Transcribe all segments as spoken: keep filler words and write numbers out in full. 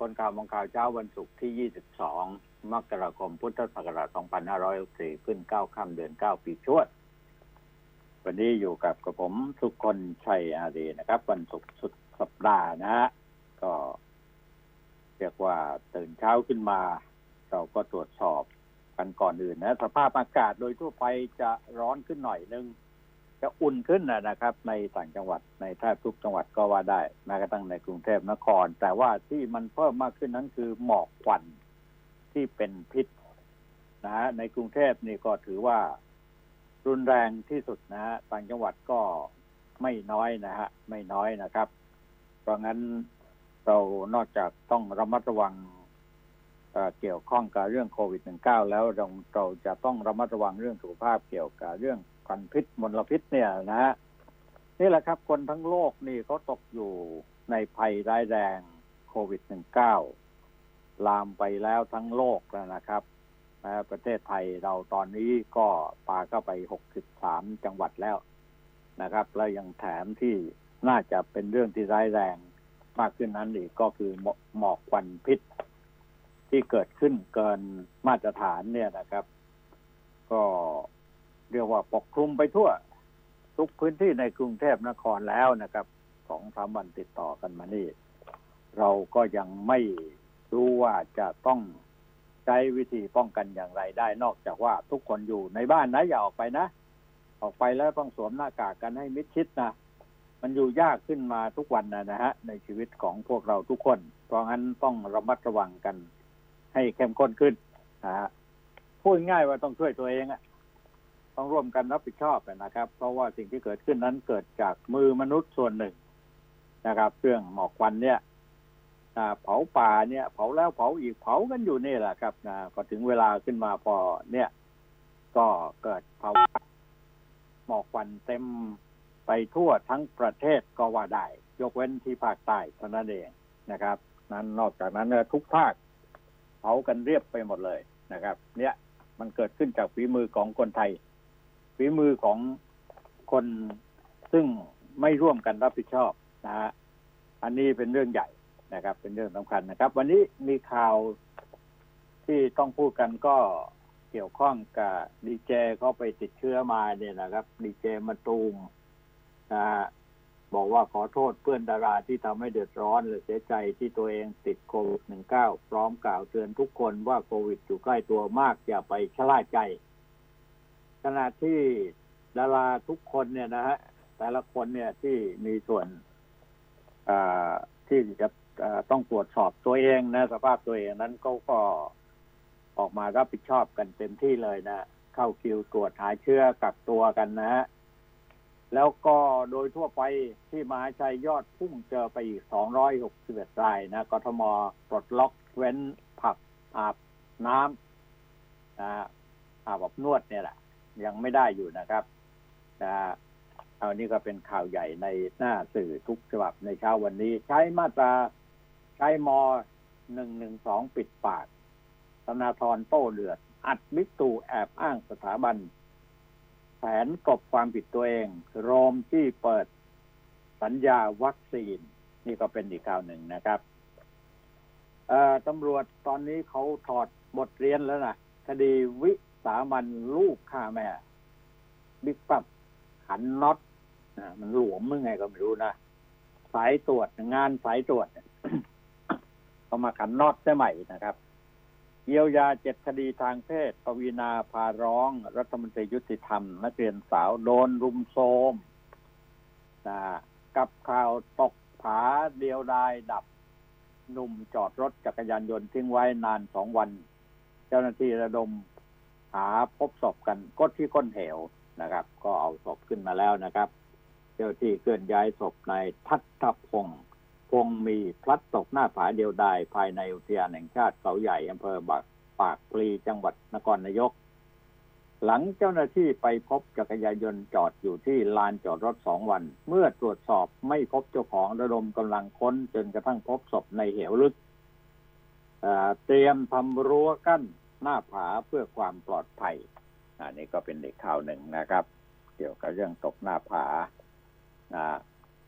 คนข่าวมองข่าวเช้าวันศุกร์ที่ยี่สิบสองมกราคมพุทธศักราชสองพันห้าร้อยหกสิบสี่ขึ้นเก้าค่ำเดือนเก้าปีชวดวันนี้อยู่กับกับผมสุคนชัยอารีนะครับวันศุกร์สุดสัปดาห์นะฮะก็เรียกว่าตื่นเช้าขึ้นมาเราก็ตรวจสอบกันก่อนอื่นนะสภาพอากาศโดยทั่วไปจะร้อนขึ้นหน่อยนึงจะอุ่นขึ้นนะครับในต่างจังหวัดในแทบทุกจังหวัดก็ว่าได้แม้กระทั่งในกรุงเทพนครแต่ว่าที่มันเพิ่มมากขึ้นนั้นคือหมอกควันที่เป็นพิษนะฮะในกรุงเทพนี่ก็ถือว่ารุนแรงที่สุดนะฮะต่างจังหวัดก็ไม่น้อยนะฮะไม่น้อยนะครับเพราะงั้นเรานอกจากต้องระมัดระวังเอ่อเกี่ยวข้องกับเรื่องโควิด สิบเก้า แล้วเราเราจะต้องระมัดระวังเรื่องสุขภาพเกี่ยวกับเรื่องควันพิษมลพิษเนี่ยนะฮะนี่แหละครับคนทั้งโลกนี่เขาตกอยู่ในภัยร้ายแรงโควิด สิบเก้า ลามไปแล้วทั้งโลกแล้วนะครับนะประเทศไทยเราตอนนี้ก็ปาเข้าไปหกสิบสามจังหวัดแล้วนะครับแล้วยังแถมที่น่าจะเป็นเรื่องที่ร้ายแรงมากขึ้นนั้นอีกก็คือหมอกควันพิษที่เกิดขึ้นเกินมาตรฐานเนี่ยนะครับก็เรียกว่าปกคลุมไปทั่วทุกพื้นที่ในกรุงเทพนครแล้วนะครับสองสามวันติดต่อกันมานี่เราก็ยังไม่รู้ว่าจะต้องใช้วิธีป้องกันอย่างไรได้นอกจากว่าทุกคนอยู่ในบ้านนะอย่าออกไปนะออกไปแล้วต้องสวมหน้ากากกันให้มิดชิดนะมันอยู่ยากขึ้นมาทุกวันนะนะฮะในชีวิตของพวกเราทุกคนเพราะงั้นต้องระมัดระวังกันให้เข้มข้นขึ้นนะฮะพูดง่ายว่าต้องช่วยตัวเองอะต้องร่วมกันรับผิดชอบนะครับเพราะว่าสิ่งที่เกิดขึ้นนั้นเกิดจากมือมนุษย์ส่วนหนึ่งนะครับเรื่องหมอกควันเนี่ยเผาป่าเนี่ยเผาแล้วเผาอีกเผากันอยู่นี่แหละครับนะก็ถึงเวลาขึ้นมาพอเนี่ยก็เกิดภาวะหมอกควันเต็มไปทั่วทั้งประเทศก็ว่าได้ยกเว้นที่ภาคใต้เท่านั้นเองนะครับนั้นนอกจากนั้นทุกภาคเผากันเรียบไปหมดเลยนะครับเนี่ยมันเกิดขึ้นจากฝีมือของคนไทยฝีมือของคนซึ่งไม่ร่วมกันรับผิดชอบนะฮะอันนี้เป็นเรื่องใหญ่นะครับเป็นเรื่องสำคัญนะครับวันนี้มีข่าวที่ต้องพูดกันก็เกี่ยวข้องกับดีเจเขาไปติดเชื้อมาเนี่ยนะครับดีเจมาตูมนะบอกว่าขอโทษเพื่อนดาราที่ทำให้เดือดร้อนและเสียใจที่ตัวเองติดโควิด สิบเก้า พร้อมกล่าวเตือนทุกคนว่าโควิดอยู่ใกล้ตัวมากอย่าไปชะล่าใจขณะที่ดาราทุกคนเนี่ยนะฮะแต่ละคนเนี่ยที่มีส่วนที่จะต้องตรวจสอบตัวเองนะสภาพตัวเองนั้นก็ก็ออกมารับผิดชอบกันเต็มที่เลยนะเข้าคิวตรวจหาเชื้อกักตัวกันนะฮะแล้วก็โดยทั่วไปที่มหาชัยยอดพุ่งเจอไปอีกสองร้อยหกสิบเอ็ดรายนะกทมปลดล็อกเว้นผับอาบน้ำนะอาบอบนวดเนี่ยแหละยังไม่ได้อยู่นะครับนะเอานี่ก็เป็นข่าวใหญ่ในหน้าสื่อทุกฉบับในเช้าวันนี้ใช้มาตราใช้มหนึ่งหนึ่งสองปิดปากธนาธรโต้เดือดอัดบิ๊กตู่แอบอ้างสถาบันแผนกบความผิดตัวเองโรมที่เปิดสัญญาวัคซีนนี่ก็เป็นอีกข่าวหนึ่งนะครับตำรวจตอนนี้เขาถอดบทเรียนแล้วนะคดีวิสามันลูกฆ่าแม่บิ๊กปั๊บขันน็อตนะมันหลวมมึงไงก็ไม่รู้นะสายตรวจงานสายตรวจ เขามาขันน็อตได้ใหม่นะครับเยียวยาเจ็ดคดีทางเพศปวีณาพาร้องรัฐมนตรียุติธรรมนักเรียนสาวโดนรุมโทรมนะกับข่าวตกผาเดียวดายดับหนุ่มจอดรถจักรยานยนต์ทิ้งไว้นานสองวันเจ้าหน้าที่ระดมหาพบศพกันก็ที่ก้นเหวนะครับก็เอาศพขึ้นมาแล้วนะครับเจ้าที่เคลื่อนย้ายศพนายทัศพงศ์พงมีพลัดตกหน้าผาเดียวดายภายในอุทยานแห่งชาติเขาใหญ่อำเภอปากพลีจังหวัดนครนายกหลังเจ้าหน้าที่ไปพบจักรยานยนต์จอดอยู่ที่ลานจอดรถสองวันเมื่อตรวจสอบไม่พบเจ้าของระดมกำลังค้นจนกระทั่งพบศพในเหวลึกเตรียมทำรั้วกั้นหน้าผาเพื่อความปลอดภัยอันนี้ก็เป็นอีกข่าวหนึ่งนะครับเกี่ยวกับเรื่องตกหน้าผา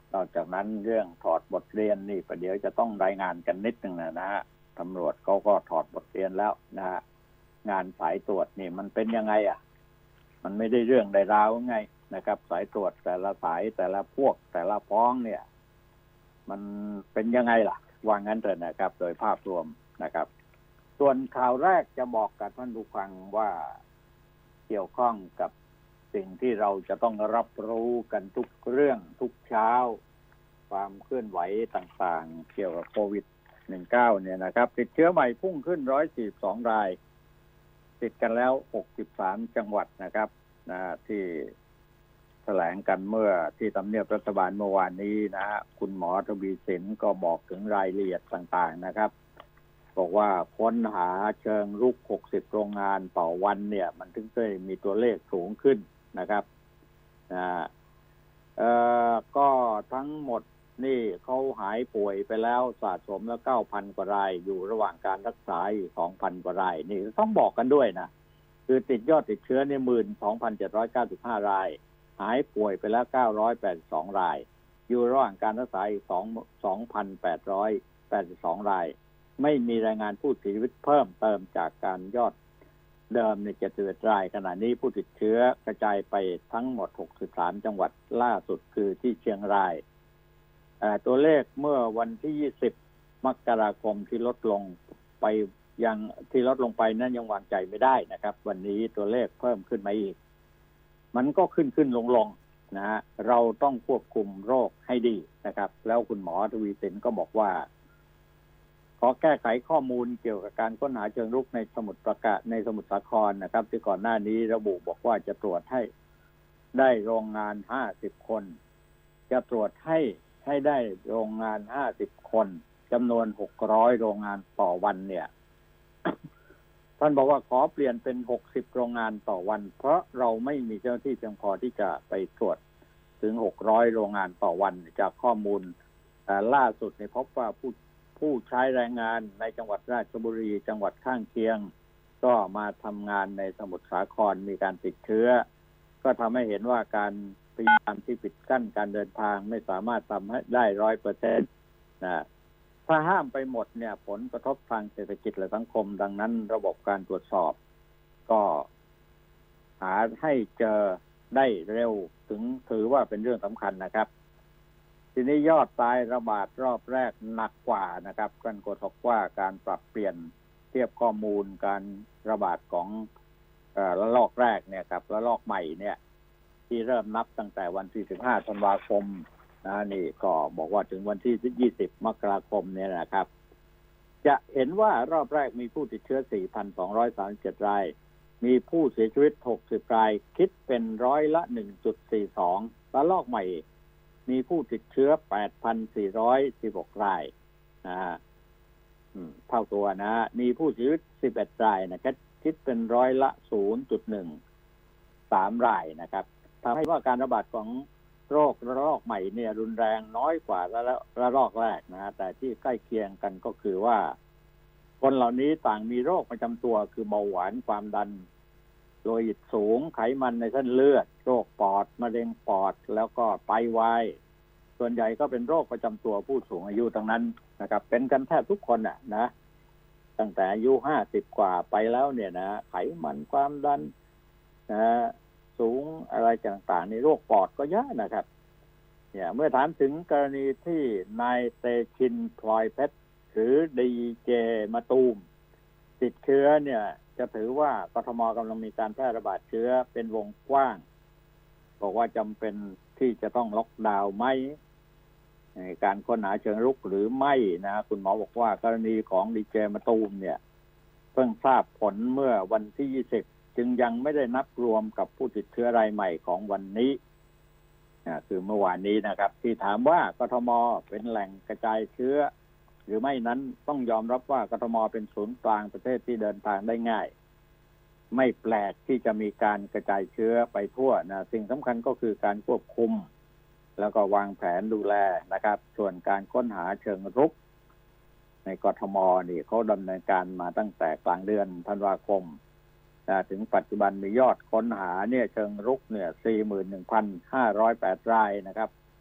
นอกจากนั้นเรื่องถอดบทเรียนนี่ประเดี๋ยวจะต้องรายงานกันนิดนึงนะนะฮะตำรวจเขาก็ถอดบทเรียนแล้วนะฮะงานสายตรวจนี่มันเป็นยังไงอ่ะมันไม่ได้เรื่องได้ราวไงนะครับสายตรวจแต่ละสายแต่ละพวกแต่ละพ้องเนี่ยมันเป็นยังไงล่ะว่างั้นเถอะนะครับโดยภาพรวมนะครับส่วนข่าวแรกจะบอกกับท่านผู้ฟังว่าเกี่ยวข้องกับสิ่งที่เราจะต้องรับรู้กันทุกเรื่องทุกเช้าความเคลื่อนไหวต่างๆเกี่ยวกับโควิด สิบเก้า เนี่ยนะครับติดเชื้อใหม่พุ่งขึ้นหนึ่งร้อยสี่สิบสองรายติดกันแล้วหกสิบสามจังหวัดนะครับนะที่แถลงกันเมื่อที่ทำเนียบรัฐบาลเมื่อวานนี้นะฮะคุณหมอทวีสินก็บอกถึงรายละเอียดต่างๆนะครับบอกว่าค้นหาเชิงรุกหกสิบโรงงานต่อวันเนี่ยมันถึงได้มีตัวเลขสูงขึ้นนะครับนะเอ่อก็ทั้งหมดนี่เขาหายป่วยไปแล้วสะสมแล้ว เก้าพัน กว่ารายอยู่ระหว่างการรักษาอยู่ สองพัน กว่ารายนี่ต้องบอกกันด้วยนะคือติดยอดติดเชื้อใน หนึ่งหมื่นสองพันเจ็ดร้อยเก้าสิบห้า รายหายป่วยไปแล้วเก้าร้อยแปดสิบสองรายอยู่ระหว่างการรักษาอีก สองพันแปดร้อยแปดสิบสอง รายไม่มีรายงานผู้เสียชีวิตเพิ่มเติมจากการยอดเดิมในเจ็ดสิบเอ็ดรายขณะนี้ผู้ติดเชื้อกระจายไปทั้งหมดหกสิบสามจังหวัดล่าสุดคือที่เชียงรายตัวเลขเมื่อวันที่ยี่สิบมกราคมที่ลดลงไปยังที่ลดลงไปนั้นยังวางใจไม่ได้นะครับวันนี้ตัวเลขเพิ่มขึ้นมาอีกมันก็ขึ้นขึ้นลงลงนะฮะเราต้องควบคุมโรคให้ดีนะครับแล้วคุณหมอทวีสินก็บอกว่าขอแก้ไขข้อมูลเกี่ยวกับการค้นหาเชิงรุกในสมุทรปราการในสมุทรสาครนะครับที่ก่อนหน้านี้ระบุบอกว่าจะตรวจให้ได้โรงงานห้าสิบคนจะตรวจให้ให้ได้โรงงานห้าสิบคนจำนวนหกร้อยโรงงานต่อวันเนี่ย ท่านบอกว่าขอเปลี่ยนเป็นหกสิบโรงงานต่อวันเพราะเราไม่มีเจ้าหน้าที่เพียงพอที่จะไปตรวจถึงหกร้อยโรงงานต่อวันจากข้อมูลล่าสุดเนี่ยพบว่าผู้ผู้ใช้แรงงานในจังหวัดราชบุรีจังหวัดข้างเคียงก็มาทำงานในสมุทรสาครมีการติดเชื้อก็ทำให้เห็นว่าการพยายามที่ปิดกั้นการเดินทางไม่สามารถทำให้ได้ร้อยเปอร์เซ็นต์นะถ้าห้ามไปหมดเนี่ยผลกระทบทางเศรษฐกิจและสังคมดังนั้นระบบการตรวจสอบก็หาให้เจอได้เร็วถึงถือว่าเป็นเรื่องสำคัญนะครับทีนี้ยอดตายระบาดรอบแรกหนักกว่านะครับกันกดบอกว่าการปรับเปลี่ยนเทียบข้อมูลการระบาดของเอ่อระลอกแรกเนี่ยกับระลอกใหม่เนี่ยที่เริ่มนับตั้งแต่วันที่สิบห้าธันวาคมนะนี่ก็บอกว่าถึงวันที่ยี่สิบมกราคมเนี่ยนะครับจะเห็นว่ารอบแรกมีผู้ติดเชื้อ สี่พันสองร้อยสามสิบเจ็ด รายมีผู้เสียชีวิตหกสิบรายคิดเป็นร้อยละ หนึ่งจุดสี่สอง ระลอกใหม่มีผู้ติดเชื้อ แปดพันสี่ร้อยสิบหก รายนะฮะเท่าตัวนะมีผู้เสียชีวิตสิบเอ็ดรายนะครับคิดเป็นร้อยละ ศูนย์จุดหนึ่งสาม รายนะครับทำให้ว่าการระบาดของโรคระลอกใหม่เนี่ยรุนแรงน้อยกว่าระระลอกแรกนะแต่ที่ใกล้เคียงกันก็คือว่าคนเหล่านี้ต่างมีโรคประจำตัวคือเบาหวานความดันโลหิตสูงไขมันในเส้นเลือดโรคปอดมะเร็งปอดแล้วก็ไตวายส่วนใหญ่ก็เป็นโรคประจำตัวผู้สูงอายุทั้งนั้นนะครับเป็นกันแทบทุกคนน่ะนะตั้งแต่อายุห้าสิบกว่าไปแล้วเนี่ยนะไขมันความดันนะสูงอะไรต่างๆในโรคปอดก็เยอะนะครับเนี่ยเมื่อถามถึงกรณีที่นายเตชินพลอยเพชรหรือดีเจมะตูมติดเชื้อเนี่ยจะถือว่ากทมกำลังมีการแพร่ระบาดเชื้อเป็นวงกว้างบอกว่าจำเป็นที่จะต้องล็อกดาวน์ไหมในการค้นหาเชิงรุกหรือไม่นะคุณหมอบอกว่ากรณีของดีเจมะตูมเนี่ยเพิ่งทราบผลเมื่อวันที่ยี่สิบจึงยังไม่ได้นับรวมกับผู้ติดเชื้อรายใหม่ของวันนี้นะคือเมื่อวานนี้นะครับที่ถามว่ากทมเป็นแหล่งกระจายเชื้อหรือไม่นั้นต้องยอมรับว่ากทมเป็นศูนย์กลางประเทศที่เดินทางได้ง่ายไม่แปลกที่จะมีการกระจายเชื้อไปทั่วนะสิ่งสำคัญก็คือการควบคุมแล้วก็วางแผนดูแลนะครับส่วนการค้นหาเชิงรุกในกทมนี่เขาดำเนินการมาตั้งแต่กลางเดือนธันวาคมถึงปัจจุบันมียอดค้นหาเนี่ยเชิงรุกเนี่ย สี่หมื่นหนึ่งพันห้าร้อยแปด รายนะครับ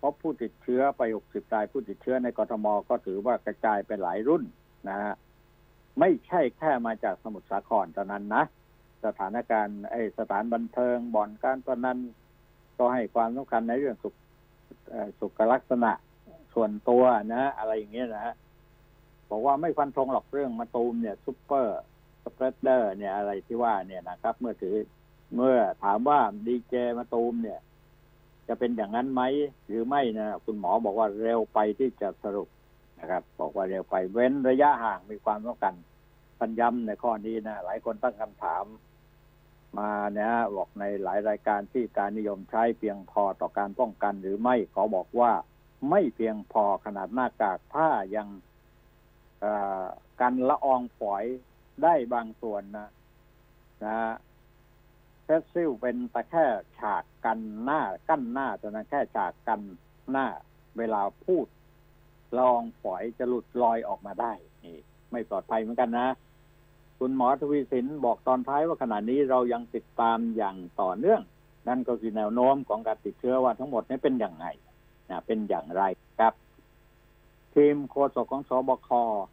พบผู้ติดเชื้อไปหกสิบรายผู้ติดเชื้อในกทมก็ถือว่ากระจายไปหลายรุ่นนะฮะไม่ใช่แค่มาจากสมุทรสาครเท่านั้นนะสถานการณ์ไอ้สถานบันเทิงบ่อนการพนันก็ให้ความสำคัญในเรื่องสุขสุขลักษณะส่วนตัวนะอะไรอย่างเงี้ยนะฮะบอกว่าไม่ฟันธงหรอกเรื่องมะตูมเนี่ยซุปเปอร์สเปรดเดอร์เนี่ยอะไรที่ว่าเนี่ยนะครับเมื่อถือเมื่อถามว่าดีเจมะตูมเนี่ยจะเป็นอย่างนั้นไหมหรือไม่นะคุณหมอบอกว่าเร็วไปที่จะสรุปนะครับบอกว่าเร็วไปเว้นระยะห่างมีความสำคัญพันย้ำในข้อนี้นะหลายคนตั้งคำถามมาเนี่ยบอกในหลายรายการที่การนิยมใช้เพียงพอต่อการป้องกันหรือไม่เขาบอกว่าไม่เพียงพอขนาดหน้ากากผ้ายังกันละอองฝอยได้บางส่วนนะนะแค่ซิ่วเป็นแต่แค่ฉากกันหน้ากั้นหน้าแต่นั้นแค่ฉากกันหน้าเวลาพูดละอองฝอยจะหลุดลอยออกมาได้นี่ไม่ปลอดภัยเหมือนกันนะคุณหมอทวีสินบอกตอนท้ายว่าขณะนี้เรายังติดตามอย่างต่อเนื่องนั่นก็คือแนวโน้มของการติดเชื้อว่าทั้งหมดนี้เป็นอย่างไรนะเป็นอย่างไรครับทีมโฆษกของสบค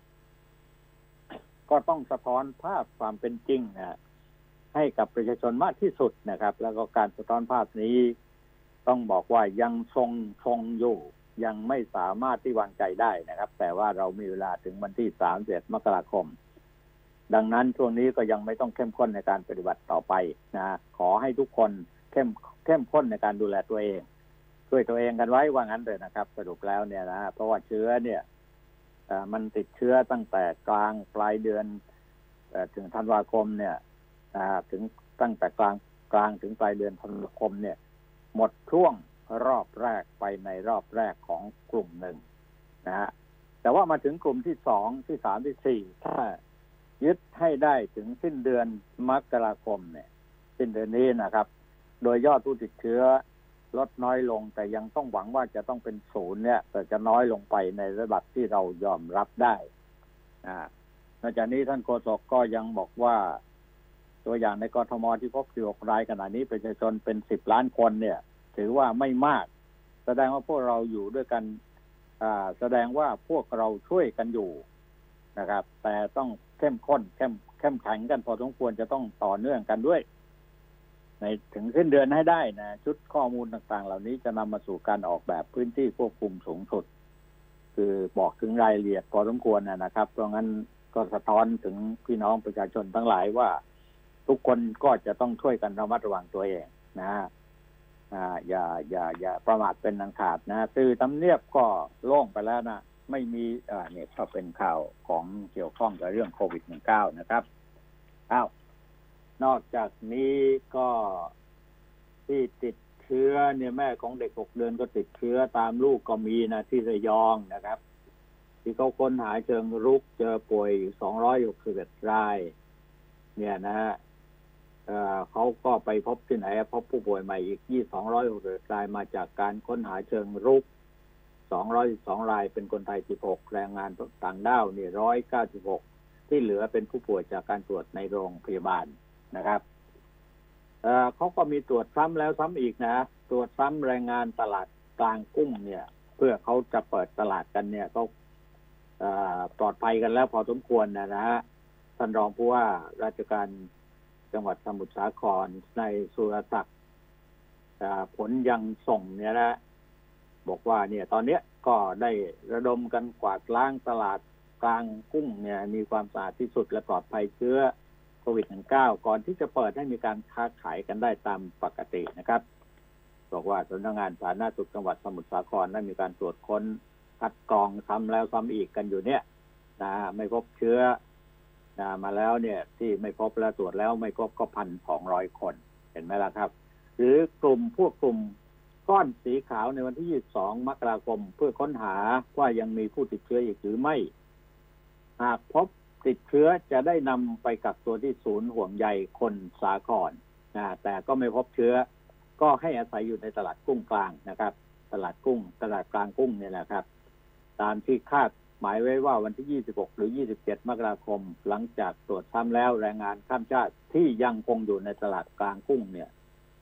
ก็ต้องสะท้อนภาพความเป็นจริงนะให้กับประชาชนมากที่สุดนะครับแล้วก็การสะท้อนภาพนี้ต้องบอกว่ายังทรงทรงอยู่ยังไม่สามารถที่วางใจได้นะครับแต่ว่าเรามีเวลาถึงวันที่สามสิบเอ็ดมกราคมดังนั้นช่วงนี้ก็ยังไม่ต้องเข้มข้นในการปฏิบัติต่อไปนะขอให้ทุกคนเข้มเข้มข้นในการดูแลตัวเองช่วยตัวเองกันไว้ว่างั้นเลยนะครับสรุปแล้วเนี่ยนะเพราะว่าเชื้อเนี่ยมันติดเชื้อตั้งแต่กลางปลายเดือนถึงธันวาคมเนี่ยถึงตั้งแต่กลางกลางถึงปลายเดือนธันวาคมเนี่ยหมดช่วงรอบแรกไปในรอบแรกของกลุ่มหนึ่งนะฮะแต่ว่ามาถึงกลุ่มที่สองที่สามที่สี่ถ้ายึดให้ได้ถึงสิ้นเดือนมกราคมเนี่ยสิ้นเดือนนี้นะครับโดยยอดผู้ติดเชื้อลดน้อยลงแต่ยังต้องหวังว่าจะต้องเป็นศูนย์เนี่ยแต่จะน้อยลงไปในระดับที่เรายอมรับได้อ่านอกจากนี้ท่านโฆษกก็ยังบอกว่าตัวอย่างในกทมที่พบสิบหกรายขณะนี้ประชาชนเป็นสิบล้านคนเนี่ยถือว่าไม่มากแสดงว่าพวกเราอยู่ด้วยกันอ่าแสดงว่าพวกเราช่วยกันอยู่นะครับแต่ต้องเข้มข้นเข้มเข้มแข็งกันพอสมควรจะต้องต่อเนื่องกันด้วยในถึงสิ้นเดือนให้ได้นะชุดข้อมูลต่างๆเหล่านี้จะนำมาสู่การออกแบบพื้นที่ควบคุมสูงสุดคือบอกถึงรายละเอียดพอสมควรนะครับเพราะงั้นก็สะท้อนถึงพี่น้องประชาชนทั้งหลายว่าทุกคนก็จะต้องช่วยกันระมัดระวังตัวเองนะอ่าอย่าอย่าอย่าประมาทเป็นอันขาดนะสื่อทำเนียบก็โล่งไปแล้วนะไม่มีอ่าเนี่ยก็เป็นข่าวของเกี่ยวข้องกับเรื่องโควิด สิบเก้า นะครับอ้าวนอกจากนี้ก็ที่ติดเชื้อเนี่ยแม่ของเด็กหกเดือนก็ติดเชื้อตามลูกก็มีนะที่ระยองนะครับที่เขาค้นหาเชิงรุกเจอป่วยสองร้อยหกสิบเอ็ดรายเนี่ยนะฮะเอ่อเขาก็ไปพบที่ไหนพบผู้ป่วยใหม่อีกยี่สองร้อยหกสิบเอ็ดรายมาจากการค้นหาเชิงรุกสองร้อยสิบสองรายเป็นคนไทยสิบหกแรงงานต่างด้าวนี่หนึ่งร้อยเก้าสิบหกที่เหลือเป็นผู้ป่วยจากการตรวจในโรงพยาบาลนะครับเอ่อเขาก็มีตรวจซ้ำแล้วซ้ำอีกนะตรวจซ้ำแรงงานตลาดกลางกุ้งเนี่ยเพื่อเขาจะเปิดตลาดกันเนี่ยเขาเอ่อปลอดภัยกันแล้วพอสมควรนะนะฮะท่านรองผู้ว่าราชการจังหวัดสมุทรสาครในสุรศักดิ์ผลยังส่งเนี่ยนะบอกว่าเนี่ยตอนนี้ก็ได้ระดมกันกวาดล้างตลาดกลางกุ้งเนี่ยมีความสะอาดที่สุดและปลอดภัยเชื้อโควิด สิบเก้า ก่อนที่จะเปิดให้มีการค้าขายกันได้ตามปกตินะครับบอกว่าสำนักงานสาธารณสุขจังหวัดสมุทรสาครได้มีการตรวจค้นคัดกรองซ้ำแล้วซ้ำอีกกันอยู่เนี่ยนะไม่พบเชื้อนะมาแล้วเนี่ยที่ไม่พบแล้วตรวจแล้วไม่พบก็พันสองร้อยคนเห็นไหมล่ะครับหรือกลุ่มพวกกลุ่มก้อนสีขาวในวันที่ยี่สิบสองมกราคมเพื่อค้นหาว่ายังมีผู้ติดเชื้ออีกหรือไม่หากพบติดเชื้อจะได้นำไปกักตัวที่ศูนย์ห่วงใยคนสาครนะแต่ก็ไม่พบเชื้อก็ให้อาศัยอยู่ในตลาดกุ้งกลางนะครับตลาดกุ้งตลาดกลางกุ้งเนี่ยแหละครับตามที่คาดหมายไว้ว่าวันที่ยี่สิบหกหรือยี่สิบเจ็ดมกราคมหลังจากตรวจซ้ำแล้วแรงงานข้ามชาติที่ยังคงอยู่ในตลาดกลางกุ้งเนี่ย